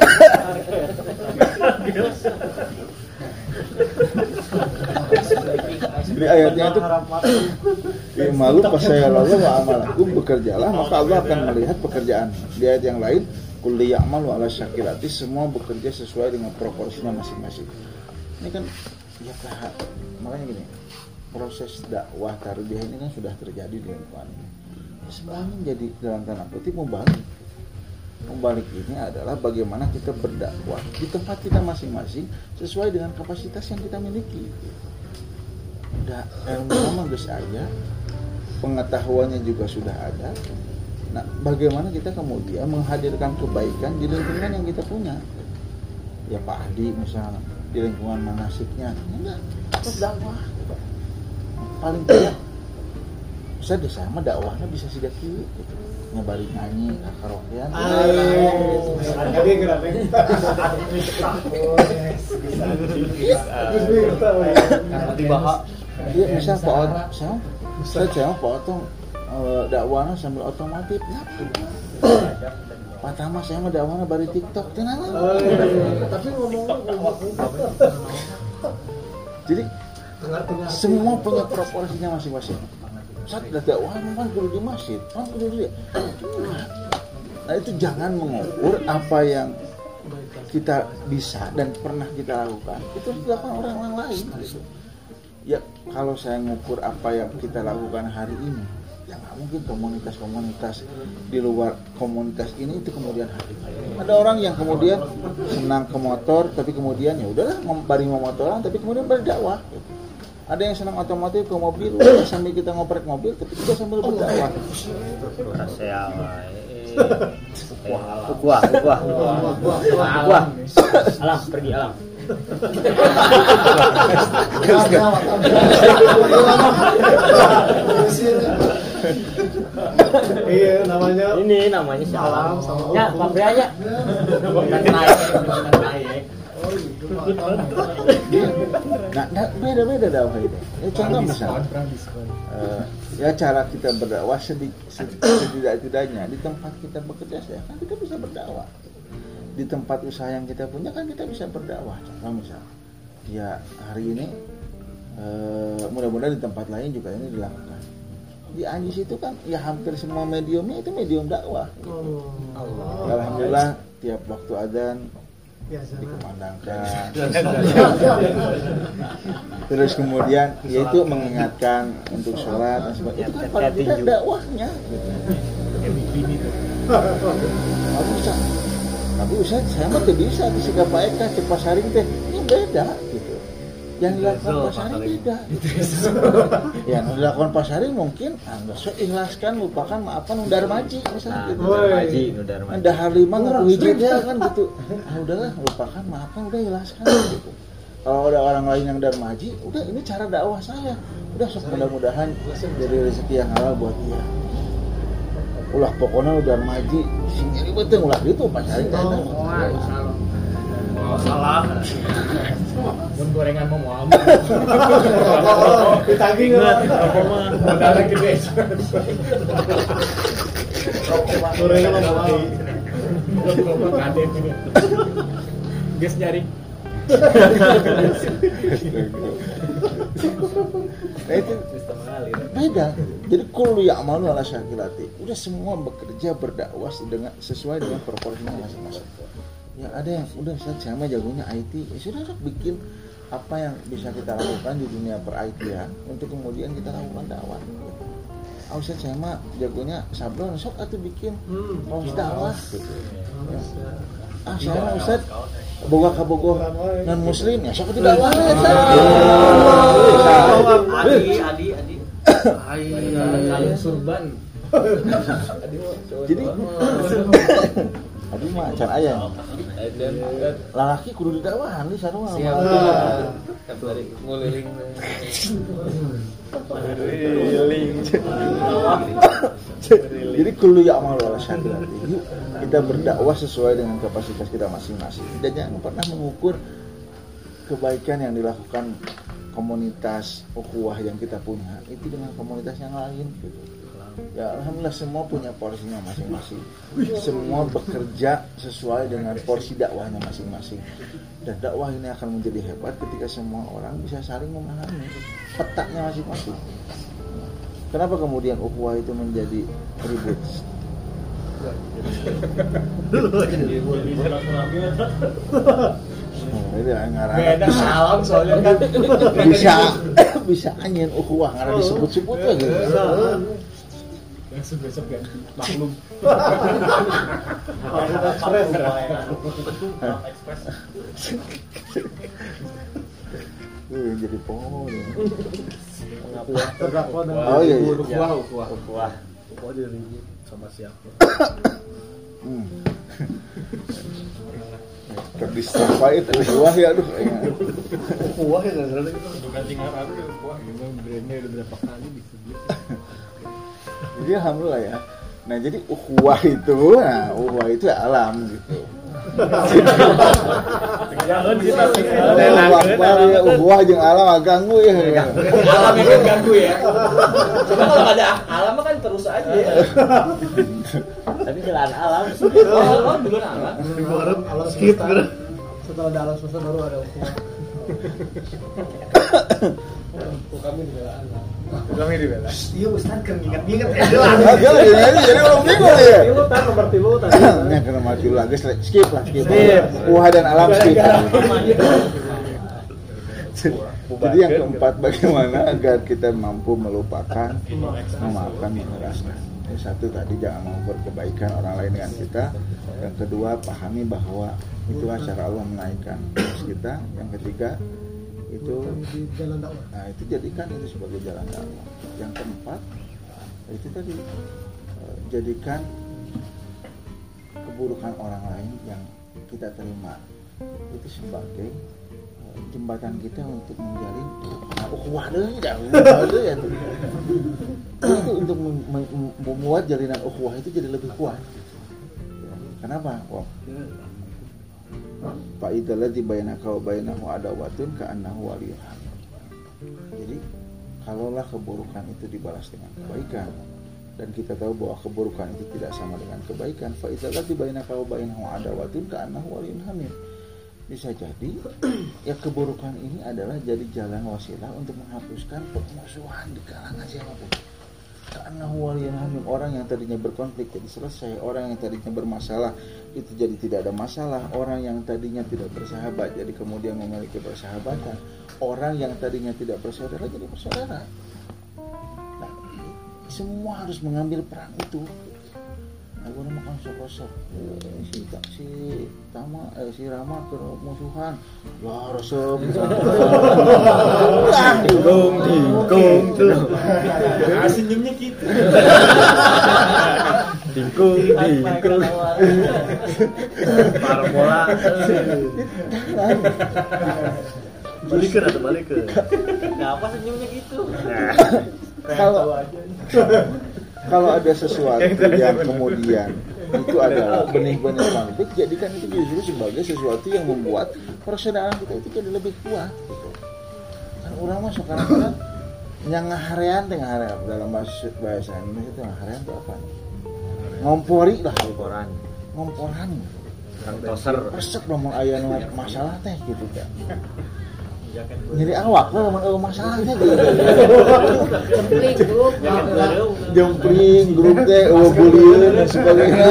Jadi ayatnya itu ya, malu pas saya lalu wa amalakum, bekerjalah maka Allah akan melihat pekerjaan. Di ayat yang lain kulli ya'malu ala syakilati, semua bekerja sesuai dengan proporsinya masing-masing. Ini kan ya kah, makanya gini, proses dakwah tarbiyah ini kan sudah terjadi di lingkungan ini. Semuanya jadi dalam tanda kutip membalik. Membalik ini adalah bagaimana kita berdakwah di tempat kita masing-masing sesuai dengan kapasitas yang kita miliki. Udah ilmu sama geus aya, pengetahuannya juga sudah ada. Nah, bagaimana kita kemudian menghadirkan kebaikan di lingkungan yang kita punya? Ya Pak Adi misalnya di lingkungan manasiknya, enggak, terus dakwah. Paling tidak, saya desa mah dakwahnya bisa siga kieu gitu. Nyabari nyanyi, karaokean. Jadi kenapa? Dibahas. Iya, misal Pak Otong, saya, saya jawab Pak Otong dakwahnya sambil otomotif, ngapain? Pak Tama saya mah dakwahnya bari TikTok, tenang. Tapi ngomong-ngomong, jadi semua punya proporsinya masing-masing. Saat dakwah memang kudu di masjid, kan kudu dia. Nah itu jangan mengukur apa yang kita bisa dan pernah kita lakukan, itu harus dilakukan orang-orang lain. Gitu. Ya kalau saya mengukur apa yang kita lakukan hari ini, ya nggak mungkin komunitas-komunitas di luar komunitas ini itu kemudian hadir. Ada orang yang kemudian senang ke motor, tapi kemudian ya udahlah bari mau motoran, tapi kemudian berdakwah. Gitu. Ada yang senang otomotif ke mobil, udah sambil kita ngoprek mobil, tapi juga sambil berdakwah. Rahasia wah, wah, wah, wah, wah, alam pergi alam. iya namanya. Ini namanya si alam. Ya, Pak Brianya. Nah, nah, beda-beda dakwah itu. Ya, contoh misalnya, uh, ya cara kita berdakwah setidak-tidaknya di tempat kita bekerja, ya kan kita bisa berdakwah. Di tempat usaha yang kita punya kan kita bisa berdakwah. Contoh misalnya, ya hari ini uh, mudah-mudahan di tempat lain juga ini dilakukan. Di Anjis itu kan ya hampir semua mediumnya itu medium dakwah. Oh. Alhamdulillah tiap waktu adzan dikumandangkan. Terus kemudian yaitu mengingatkan untuk sholat dan sebagainya. Itu kan pada kita dakwahnya. Kamu bisa, tapi Ustaz saya mah tidak bisa disikap baik kan cepat saring teh ini beda gitu. Yang dilakukan Pak Sari beda. Yang dilakukan Pak Sari mungkin anda so ikhlaskan, lupakan, maafkan, undar maji misalnya gitu. Undar maji, undar maji. Anda harlima ngaku hijabnya kan gitu. Ah udahlah, lupakan, maafkan, udah ikhlaskan gitu. Kalau ada orang lain yang undar maji, udah ini cara dakwah saya. Udah sok mudah-mudahan jadi rezeki yang halal buat dia. Ulah pokoknya undar maji, sing jadi betul ulah gitu Pak Sari teh. Salah. Mun gorengan mau mau. Ditagih enggak? Modalnya gede. Sorenya mau mau. Gas jaring. Nah itu beda. Jadi kullu ya'malu ala syakilati. Udah semua bekerja berdakwah dengan sesuai dengan proporsinya masing-masing. Ya ada yang udah saya sama jagonya I T, ya sudah bikin apa yang bisa kita lakukan di dunia per-I T-an untuk kemudian kita lakukan dakwah. Ah Ustaz saya mah jagonya sablon, sok atuh bikin kaos dakwah gitu. Ya. Ah saya mah Ustaz boga kabogoh non muslim ya sok atuh dakwah ya. Adi adi adi. Kalung surban. Jadi Adi mah can aya. Lalaki kudu didakwahan di sarua. Siap. Kabari nguliling. Jadi kullu ya'malu ala syakilati. Yuk kita berdakwah sesuai dengan kapasitas kita masing-masing dan jangan pernah mengukur kebaikan yang dilakukan komunitas ukhuwah yang kita punya itu dengan komunitas yang lain gitu. Ya alhamdulillah semua punya porsinya masing-masing. Semua bekerja sesuai dengan porsi dakwahnya masing-masing. Dan dakwah ini akan menjadi hebat ketika semua orang bisa saling memahami petanya masing-masing. Kenapa kemudian ukhuwah itu menjadi ribut? Oh, ini ngarang. Beda alam soalnya kan. Bisa bisa anjeun ukhuwah ngarang disebut-sebut ya gitu. Besok-besok ganti maklum. Uh, jadi pohon. Terdakwa dengan Oh iya, iya. ukhuwah ukhuwah. Wah. Ukhuwah diribut sama siapa? Hmm. Terdistrafied ukhuwah ya aduh. Ukhuwah ya gara-gara itu bukan tinggal aku ukhuwah gitu brandnya udah berapa kali disebut. Jadi alhamdulillah ya. Nah jadi ukhuwah itu, nah ukhuwah itu ya alam gitu. Jangan kita Ukhuwah ya ukhuwah jeung alam ganggu ya. alam yang ganggu ya. Cuma kalau ada alam kan terus aja ya. Tapi jalan alam. Oh, dulu alam. Baru alam skip setelah ada alam selesai baru ada ukhuwah. Kami dibela alam. Kami dibela. Iya Ustaz kan ingat-ingat ya. Agak jadi jadi belum bingung ya. Tilu tan nomor tilu tadi. Nah kena mati lagi skip lah skip. Ukhuwah dan alam skip. Jadi yang keempat bagaimana agar kita mampu melupakan, memaafkan, mengikhlaskan. Yang satu tadi jangan mengukur kebaikan orang lain dengan kita. Yang kedua pahami bahwa itulah cara Allah menaikkan kita. Yang ketiga itu jalan dakwah. nah itu jadikan itu sebagai jalan dakwah. Yang keempat itu tadi jadikan keburukan orang lain yang kita terima itu sebagai jembatan kita untuk menjalin nah, ukhuwah deui dah deui ya. Itu untuk membuat jalinan ukhuwah itu jadi lebih kuat. Kenapa? Wah. Fa idzal ladzi bainaka wa bainahu adawatun ka'annahu waliyyun hamim. Jadi kalaulah keburukan itu dibalas dengan kebaikan dan kita tahu bahwa keburukan itu tidak sama dengan kebaikan, fa idzal ladzi bainaka wa bainahu adawatun ka'annahu waliyyun hamim. Bisa jadi ya keburukan ini adalah jadi jalan wasilah untuk menghapuskan permusuhan di kalangan siapapun. Karena waliyyun hamim, orang yang tadinya berkonflik jadi selesai, orang yang tadinya bermasalah itu jadi tidak ada masalah, orang yang tadinya tidak bersahabat jadi kemudian memiliki persahabatan, orang yang tadinya tidak bersaudara jadi bersaudara. Nah, semua harus mengambil peran itu. Aku nama kan sok-sok eh, si tak si Tama eh si Rama ke musuhan ya resep Tinggung tinggung tuh senyumnya gitu tinggung tinggung parabola balikin atau balikin Kenapa senyumnya gitu? kalau kalau ada sesuatu yang kemudian itu adalah benih-benih konflik, jadikan itu justru sebagai sesuatu yang membuat persaudaraan kita itu jadi lebih kuat gitu. Kan orang mah sekarang kan yang ngaharean teh ngaharean dalam bahasa bahasa Indonesia itu ngaharean itu apa? ngompori lah, Ngomporan. ngomporan. Kang toser. Resep lamun aya nu masalah teh gitu kan. Jadi awak lah lamun aya masalahnya gitu. Jempling grup. Jempling grup teh eueuh bulieun dan sebagainya.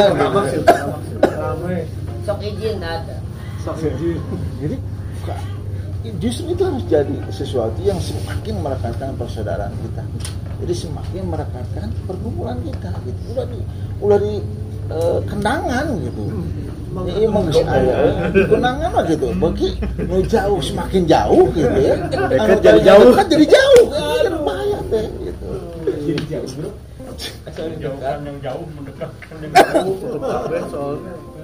Sok izin ada. Jadi justru itu harus jadi sesuatu yang semakin merekatkan persaudaraan kita. Jadi semakin merekatkan perkumpulan kita gitu. Udah di udah di uh, kendangan gitu. Ini emang saya kenangan mah gitu. Bagi nu jauh semakin jauh gitu ya. Dekat jadi jauh. Dekat jadi jauh. Kan bahaya teh gitu. Jadi jauh, Bro. Jauhkan yang jauh, mendekatkan yang jauh.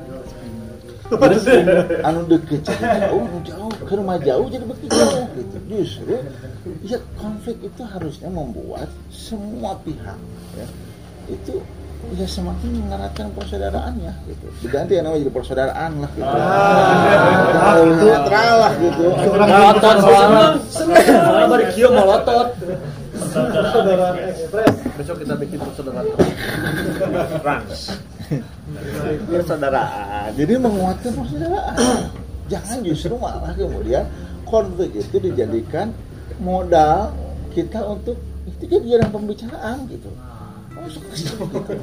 Anu deket jadi jauh, anu jauh ke rumah jauh jadi begitu jauh gitu. Justru ya konflik itu harusnya membuat semua pihak ya itu ya semakin mengeratkan persaudaraannya gitu. Diganti yang namanya jadi persaudaraan lah gitu. Ah, netral lah gitu. Molotot soalnya. Soalnya bari kieu molotot. Persaudaraan Express. Besok kita bikin persaudaraan. Trans. Persaudaraan. Jadi menguatkan persaudaraan. Jangan justru malah kemudian konflik itu dijadikan modal kita untuk itu jadi jarang pembicaraan gitu. Oh, suka gitu.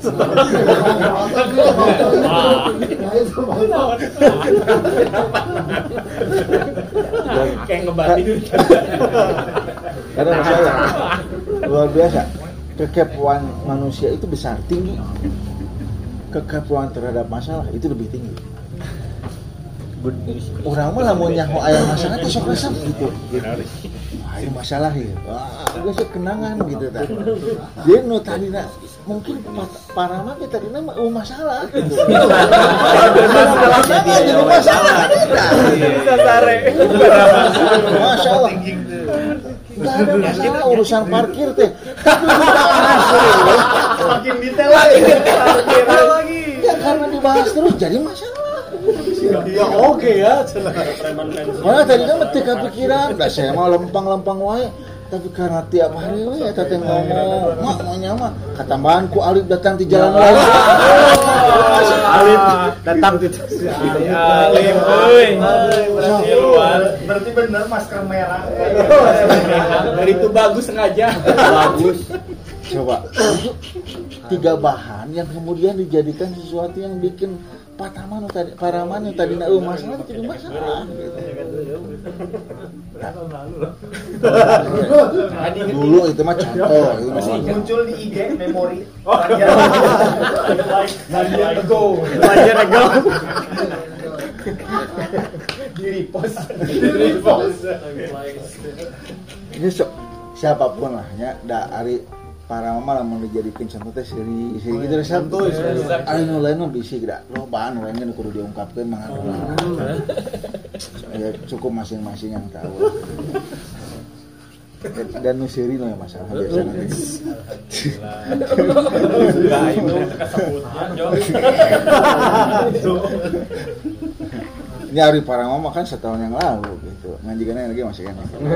Kayak ngebatin. Karena masalah luar biasa. Kekepoan manusia itu besar, tinggi. Kekepoan terhadap masalah itu lebih tinggi. Orang mah lamun nyaho aya masalah teh sok resep gitu. Wah, ini masalah ya. Wah, geus kenangan gitu tah. Jadi nu tadina mungkin para mah teh tadina mah oh, masalah gitu. Masalah jadi masalah. Sasare. Masalah. Enggak ada masalah urusan parkir teh. Makin detail lagi. Detail lagi. Ya karena dibahas terus jadi masalah. Ya oke ya. Mana tadi kan mesti kepikiran, dah saya mah lempang-lempang wae. Tapi karena tiap hari we eta teh ngomong, mak maunya mah katambahan ku Alif datang di jalan lain. Alif datang di Alif euy. Berarti benar masker merah. Dari itu bagus sengaja. Bagus. Coba tiga bahan yang kemudian dijadikan sesuatu yang bikin pataman tadi paraman yang tadi nak masalah jadi masalah gitu. Dulu itu mah contoh itu Masih muncul di I G memori. Lanjut ago. Lanjut ago. Di repost. Di repost. Ini so, siapapun lah ya dari para mama mau dijadikan contoh teh seri seri gitu resep tuh anu lain mah bisi gak lo bahan lain kan kudu diungkapkan mah ya cukup masing-masing yang tahu dan nu seri no ya masalah biasa nanti Enggak itu kesebutnya Jo. ini hari para mama kan setahun yang lalu gitu ngajikannya lagi masih kan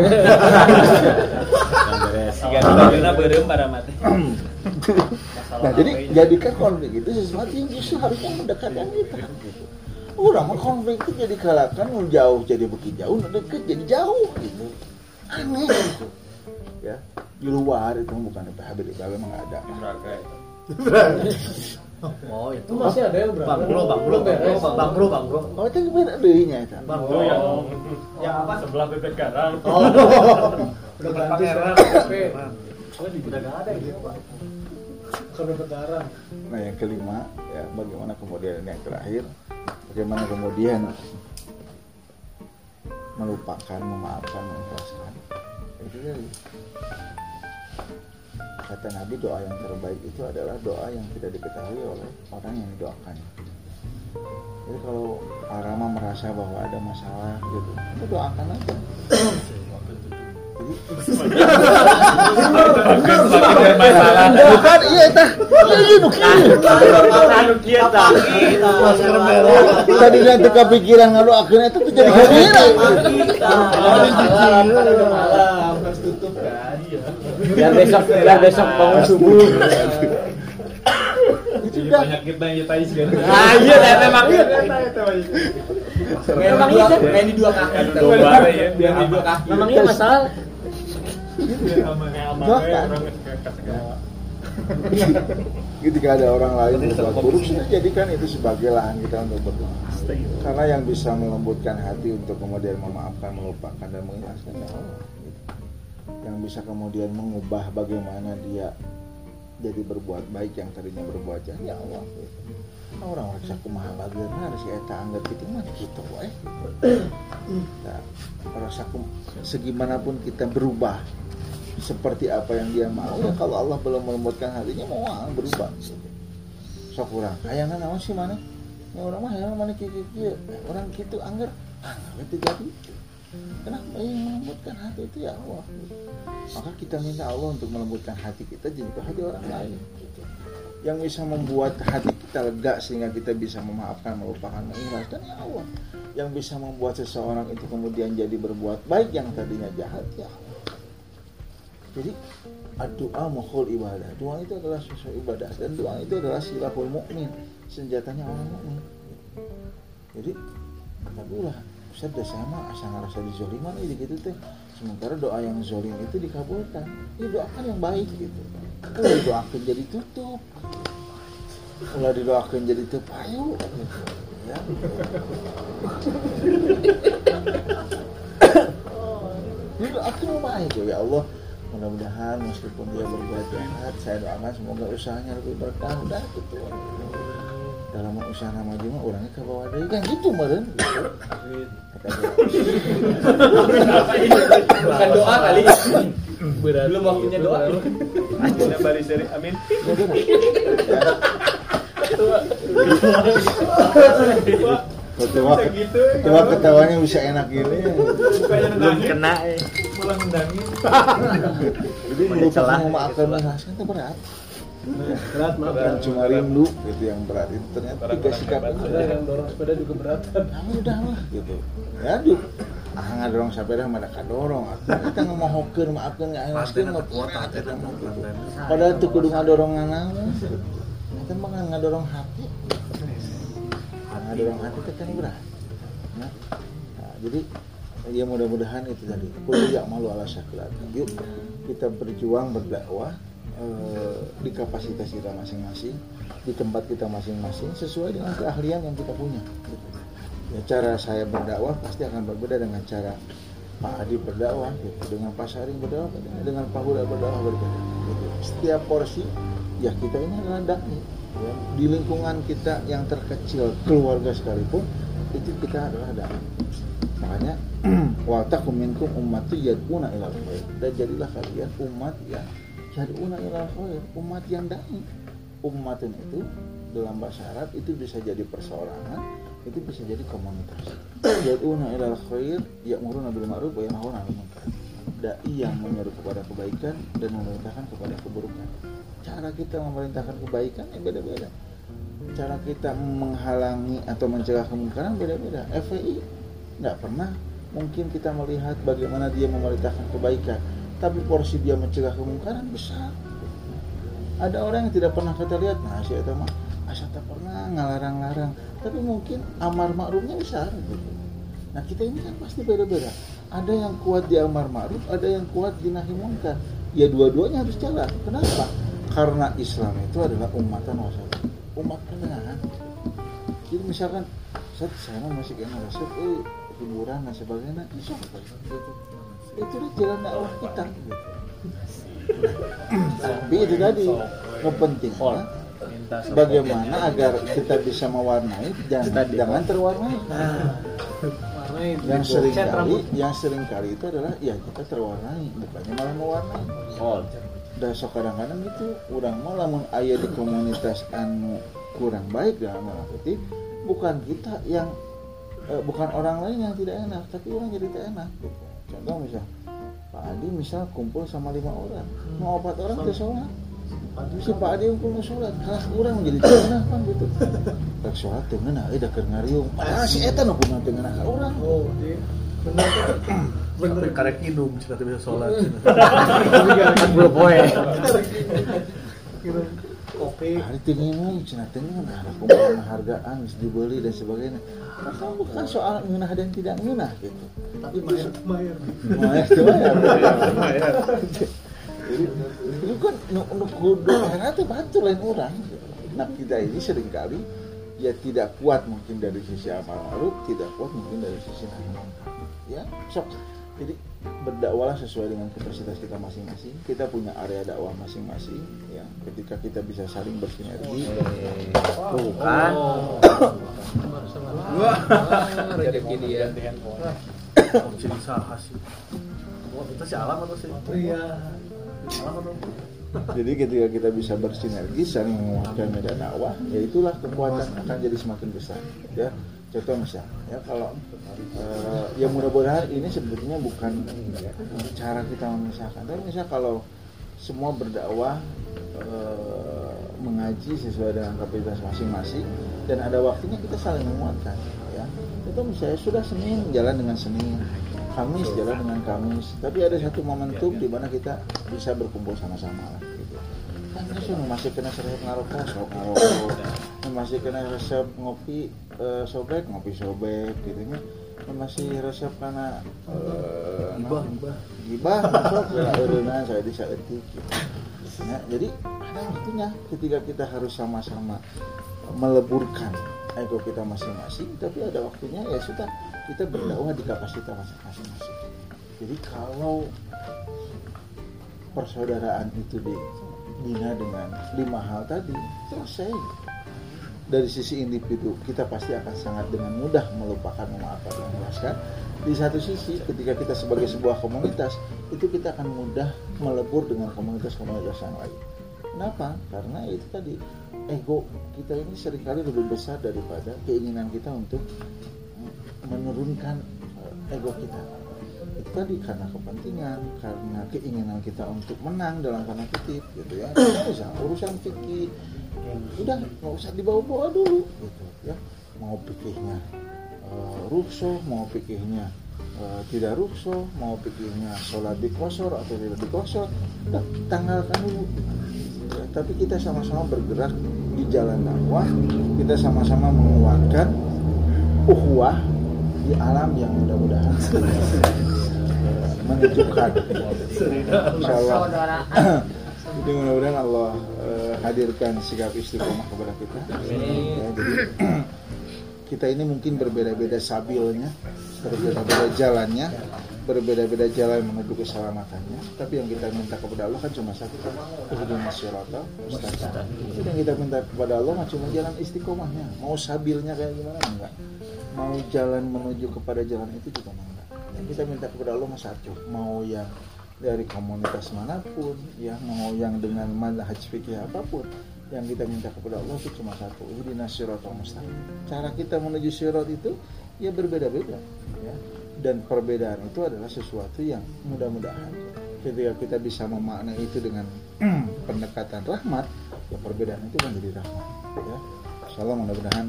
Siga beureum para mati. Nah jadi jadikan konflik itu sesuatu yang justru harusnya mendekatkan kita gitu. Orang mah konflik itu jadi kalakan nu jauh jadi beki jauh, nu deket jadi jauh gitu. Aneh gitu. Ya, di luar itu bukan di P H B, di P H B emang nggak ada. Oh itu Masih ada yang berapa? Bang Bro, Bang Bro, Bang Bro, Bang Bro. Oh itu beda dehnya itu. Bang Oh Bro. yang yang apa sebelah bebek garang. Oh. Udah ganti Pangeran. sampai Oh di udah enggak ada gitu, Pak. sampai petaran. Nah yang kelima ya bagaimana kemudian yang terakhir bagaimana kemudian melupakan, memaafkan, mengikhlaskan. Itu dari kata Nabi doa yang terbaik itu adalah doa yang tidak diketahui oleh orang yang didoakan. Jadi kalau Arama merasa bahwa ada masalah gitu, itu doakan aja. Jadi Masalah. bukan iya tah. Iya bukan. Anu kieu tah. Masker merah. Tadi nanti kepikiran ngalu akhirnya itu tuh jadi kepikiran. Malam harus tutup kan. Biar besok biar besok bangun subuh. Itu banyak kita yang nyetai sih kan. Ah iya memang iya. Memang iya main di dua kaki. Domba ya. Biar di dua kaki. Memang iya masalah. Biar aman aman orang segala. Ketika ada orang lain berbuat buruk, sudah jadikan itu sebagai lahan kita untuk berdoa. Karena yang bisa melembutkan hati untuk kemudian memaafkan, melupakan dan mengikhlaskan ya Allah. Yang bisa kemudian mengubah bagaimana dia jadi berbuat baik yang tadinya berbuat jahat ya Allah. Orang rasa kumaha bageuna si eta anggar kitu mah kitu wae. Nah, rasa segimanapun kita berubah seperti apa yang dia mau ya kalau Allah belum melembutkan hatinya mau berubah. Sok kurang. Hayangna naon sih mana? Ya orang mah hayang mana kieu kieu. Orang kitu anggar anggar itu jadi. Kenapa yang melembutkan hati itu ya Allah? Maka kita minta Allah untuk melembutkan hati kita jadi ke hati orang lain. Yang bisa membuat hati kita lega sehingga kita bisa memaafkan, melupakan, mengikhlaskan ya Allah. Yang bisa membuat seseorang itu kemudian jadi berbuat baik yang tadinya jahat ya Allah. Jadi doa mukhul ibadah. Doa itu adalah sesuatu ibadah dan doa itu adalah silahul mukmin, senjatanya orang mukmin. Jadi tapi ulah Ustaz dah sama asa ngarasa dizoliman ini gitu teh. Sementara doa yang zolim itu dikabulkan. Ini doakan yang baik gitu. Ulah didoakan jadi tutup. Ulah didoakan jadi teu payu gitu. Ya. Didoakan yang baik ya Allah. Mudah-mudahan meskipun dia berbuat jahat, saya doakan semoga usahanya lebih berkah udah gitu. Dalam usaha nama maju mah orangnya ke bawah deui kan gitu meureun gitu. Bukan doa kali. Belum waktunya doa. Akhirnya bari seri amin. Ketua, ketua ketawanya bisa enak gini. Belum Kena eh. malah nendangin. Jadi melupakan memaafkan mengikhlaskan itu berat. Berat mah. Bukan cuma rindu gitu yang berat itu ternyata tiga sikap itu. Ada yang dorong sepeda juga berat. Kamu udah lah gitu. Ya aduh. Ah ngadorong sepeda mah ada kadorong. Kita ngomongkeun maafkeun ngaelaskeun mah kuat eta mah gitu. Padahal teu kudu ngadorongan naon. Kita mah ngadorong hati. Ngadorong hati itu kan berat. Nah, nah, jadi ya mudah-mudahan itu tadi. Qul ya malu ala syakilat. Yuk kita berjuang berdakwah eh, di kapasitas kita masing-masing, di tempat kita masing-masing sesuai dengan keahlian yang kita punya. Ya, cara saya berdakwah pasti akan berbeda dengan cara Pak Adi berdakwah, gitu. Dengan Pak Saring berdakwah, dengan Pak Huda berdakwah berbeda. Gitu. Setiap porsi, ya kita ini adalah dai. Ya. Di lingkungan kita yang terkecil, keluarga sekalipun, itu kita adalah dai. Makanya, wa takum minkum ummatu yad'una ilal khair. Dan jadilah kalian umat yang yad'una ilal khair, umat yang dai. Umatun itu dalam bahasa Arab itu bisa jadi perseorangan, itu bisa jadi komunitas. Yad'una ilal khair, ya'muruna bil ma'ruf wa yanhauna 'anil munkar. Dai yang menyeru kepada kebaikan dan memerintahkan kepada keburukan. Cara kita memerintahkan kebaikan ya beda-beda. Cara kita menghalangi atau mencegah kemungkaran beda-beda. F P I enggak pernah mungkin kita melihat bagaimana dia memerintahkan kebaikan, tapi porsi dia mencegah kemungkaran besar. Ada orang yang tidak pernah kita lihat, nah si eta mah asa tak pernah ngalarang-larang, tapi mungkin amar ma'rufnya besar gitu. Nah kita ini kan pasti beda-beda. Ada yang kuat di amar ma'ruf, ada yang kuat di nahi munkar. Ya dua-duanya harus jalan. Kenapa? Karena Islam itu adalah umatan wasat, umat pendengaran. Jadi misalkan saat saya masih kena resep, eh hiburan dan sebagainya, itu gitu. Itu adalah jalan dakwah kita. Gitu. Tapi itu tadi kepentingan bagaimana agar kita bisa mewarnai dan jangan terwarnai. Yang sering kali, yang sering kali itu adalah ya kita terwarnai, bukannya malah mewarnai. Oh. Dan so kadang-kadang itu urang mah lamun aya di komunitas anu kurang baik dalam tanda kutip, bukan kita yang eh, bukan orang lain yang tidak enak, tapi orang jadi tidak enak. Gitu. Contoh misal Pak Adi misal kumpul sama lima orang, mau empat orang ke sholat. Si Pak Adi kumpul mau sholat, kalah orang menjadi tidak enak kan gitu. Tak sholat dengan ada keur ngariung. Ah si eta nu kumaha teu ngeunah ka urang. Oh, iya. Benar. Bener karek hidung cenah teu bisa salat. Belum poe. kopi. Hari tinggi mah cenah teh ada penghargaan bisa dibeli dan sebagainya. Maka bukan soal ngeunah dan tidak ngeunah gitu. Tapi mayar mayar. Mayar tuh mayar. Jadi itu kan nu nu kudu karena teh batur lain orang. Nah kita ini seringkali ya tidak kuat mungkin dari sisi amal ma'ruf, tidak kuat mungkin dari sisi nahi munkar. Ya, sok. Jadi berdakwalah sesuai dengan kapasitas kita masing-masing. Kita punya area dakwah masing-masing. Ya, ketika kita bisa saling bersinergi. Tuh kan. Wah, rezeki dia. jadi saha sih. Oh, itu si alam atau sih? Iya. Alam atau? Jadi ketika kita bisa bersinergi saling menguatkan medan dakwah, ya itulah kekuatan akan jadi semakin besar. Ya, contoh misal, ya kalau uh, ya mudah-mudahan ini sebetulnya bukan cara kita memisahkan, tapi misal kalau semua berdakwah uh, mengaji sesuai dengan kapasitas masing-masing dan ada waktunya kita saling menguatkan. Ya, contoh misalnya sudah Senin jalan dengan Senin. Kamis jalan dengan Kamis, tapi ada satu momentum di mana kita bisa berkumpul sama-sama lah gitu. Kan terus masih kena resep ngarokok, sok ngarokok, masih kena resep ngopi e, sobek, ngopi sobek gitu nya. Masih resep karena gibah, gibah, gibah, masuk ya eureuna saya disaeutik gitu. Nah, jadi ada waktunya ketika kita harus sama-sama meleburkan ego kita masing-masing, tapi ada waktunya ya sudah kita berdakwah di kapasitas masing-masing. Jadi kalau persaudaraan itu dibina dengan lima hal tadi, selesai. Dari sisi individu kita pasti akan sangat dengan mudah melupakan, memaafkan, dan melepaskan. Di satu sisi ketika kita sebagai sebuah komunitas itu kita akan mudah melebur dengan komunitas-komunitas yang lain. Kenapa? Karena itu tadi ego kita ini seringkali lebih besar daripada keinginan kita untuk menurunkan ego kita. Itu tadi karena kepentingan, karena keinginan kita untuk menang dalam tanda kutip gitu ya. Bisa urusan fikih udah nggak usah dibawa-bawa dulu gitu ya. Mau fikihnya uh, rukhsah, mau fikihnya uh, tidak rukhsah, mau fikihnya sholat di qashar atau tidak di qashar, udah tanggalkan dulu. Ya, tapi kita sama-sama bergerak di jalan dakwah, kita sama-sama menguatkan ukhuwah di alam yang mudah-mudahan menunjukkan insyaallah. Jadi mudah-mudahan Allah uh, hadirkan sikap istiqomah kepada kita. Ya, jadi kita ini mungkin berbeda-beda sabilnya, berbeda-beda jalannya, berbeda-beda jalan menuju keselamatannya. Tapi yang kita minta kepada Allah kan cuma satu, ihdinas siratal mustaqim. Itu yang kita minta kepada Allah cuma jalan istiqomahnya. Mau sabilnya kayak gimana enggak? Mau jalan menuju kepada jalan itu juga enggak. Yang kita minta kepada Allah mah satu, mau yang dari komunitas manapun, ya mau yang dengan manhaj fikih apapun, yang kita minta kepada Allah itu cuma satu, ihdinas siratal mustaqim. Cara kita menuju sirat itu ya berbeda-beda, ya. Dan perbedaan itu adalah sesuatu yang mudah-mudahan ketika kita bisa memaknai itu dengan pendekatan rahmat, ya perbedaan itu menjadi rahmat, ya. Insyaallah mudah-mudahan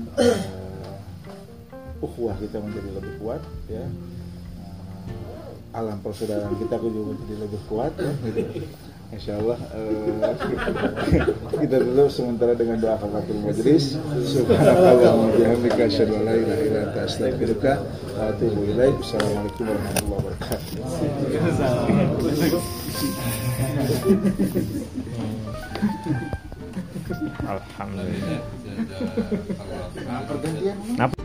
uh, ukhuwah kita menjadi lebih kuat, ya. Alam persaudaraan kita juga menjadi lebih kuat, ya, gitu. Insyaallah uh, kita dulu sementara dengan doa kafaratul majelis. Subhanallahumma wa bihamdika asyhadu an la ilaha illa anta astaghfiruka wa atubu ilaik. Assalamualaikum warahmatullahi wabarakatuh. Alhamdulillah. Pergantian.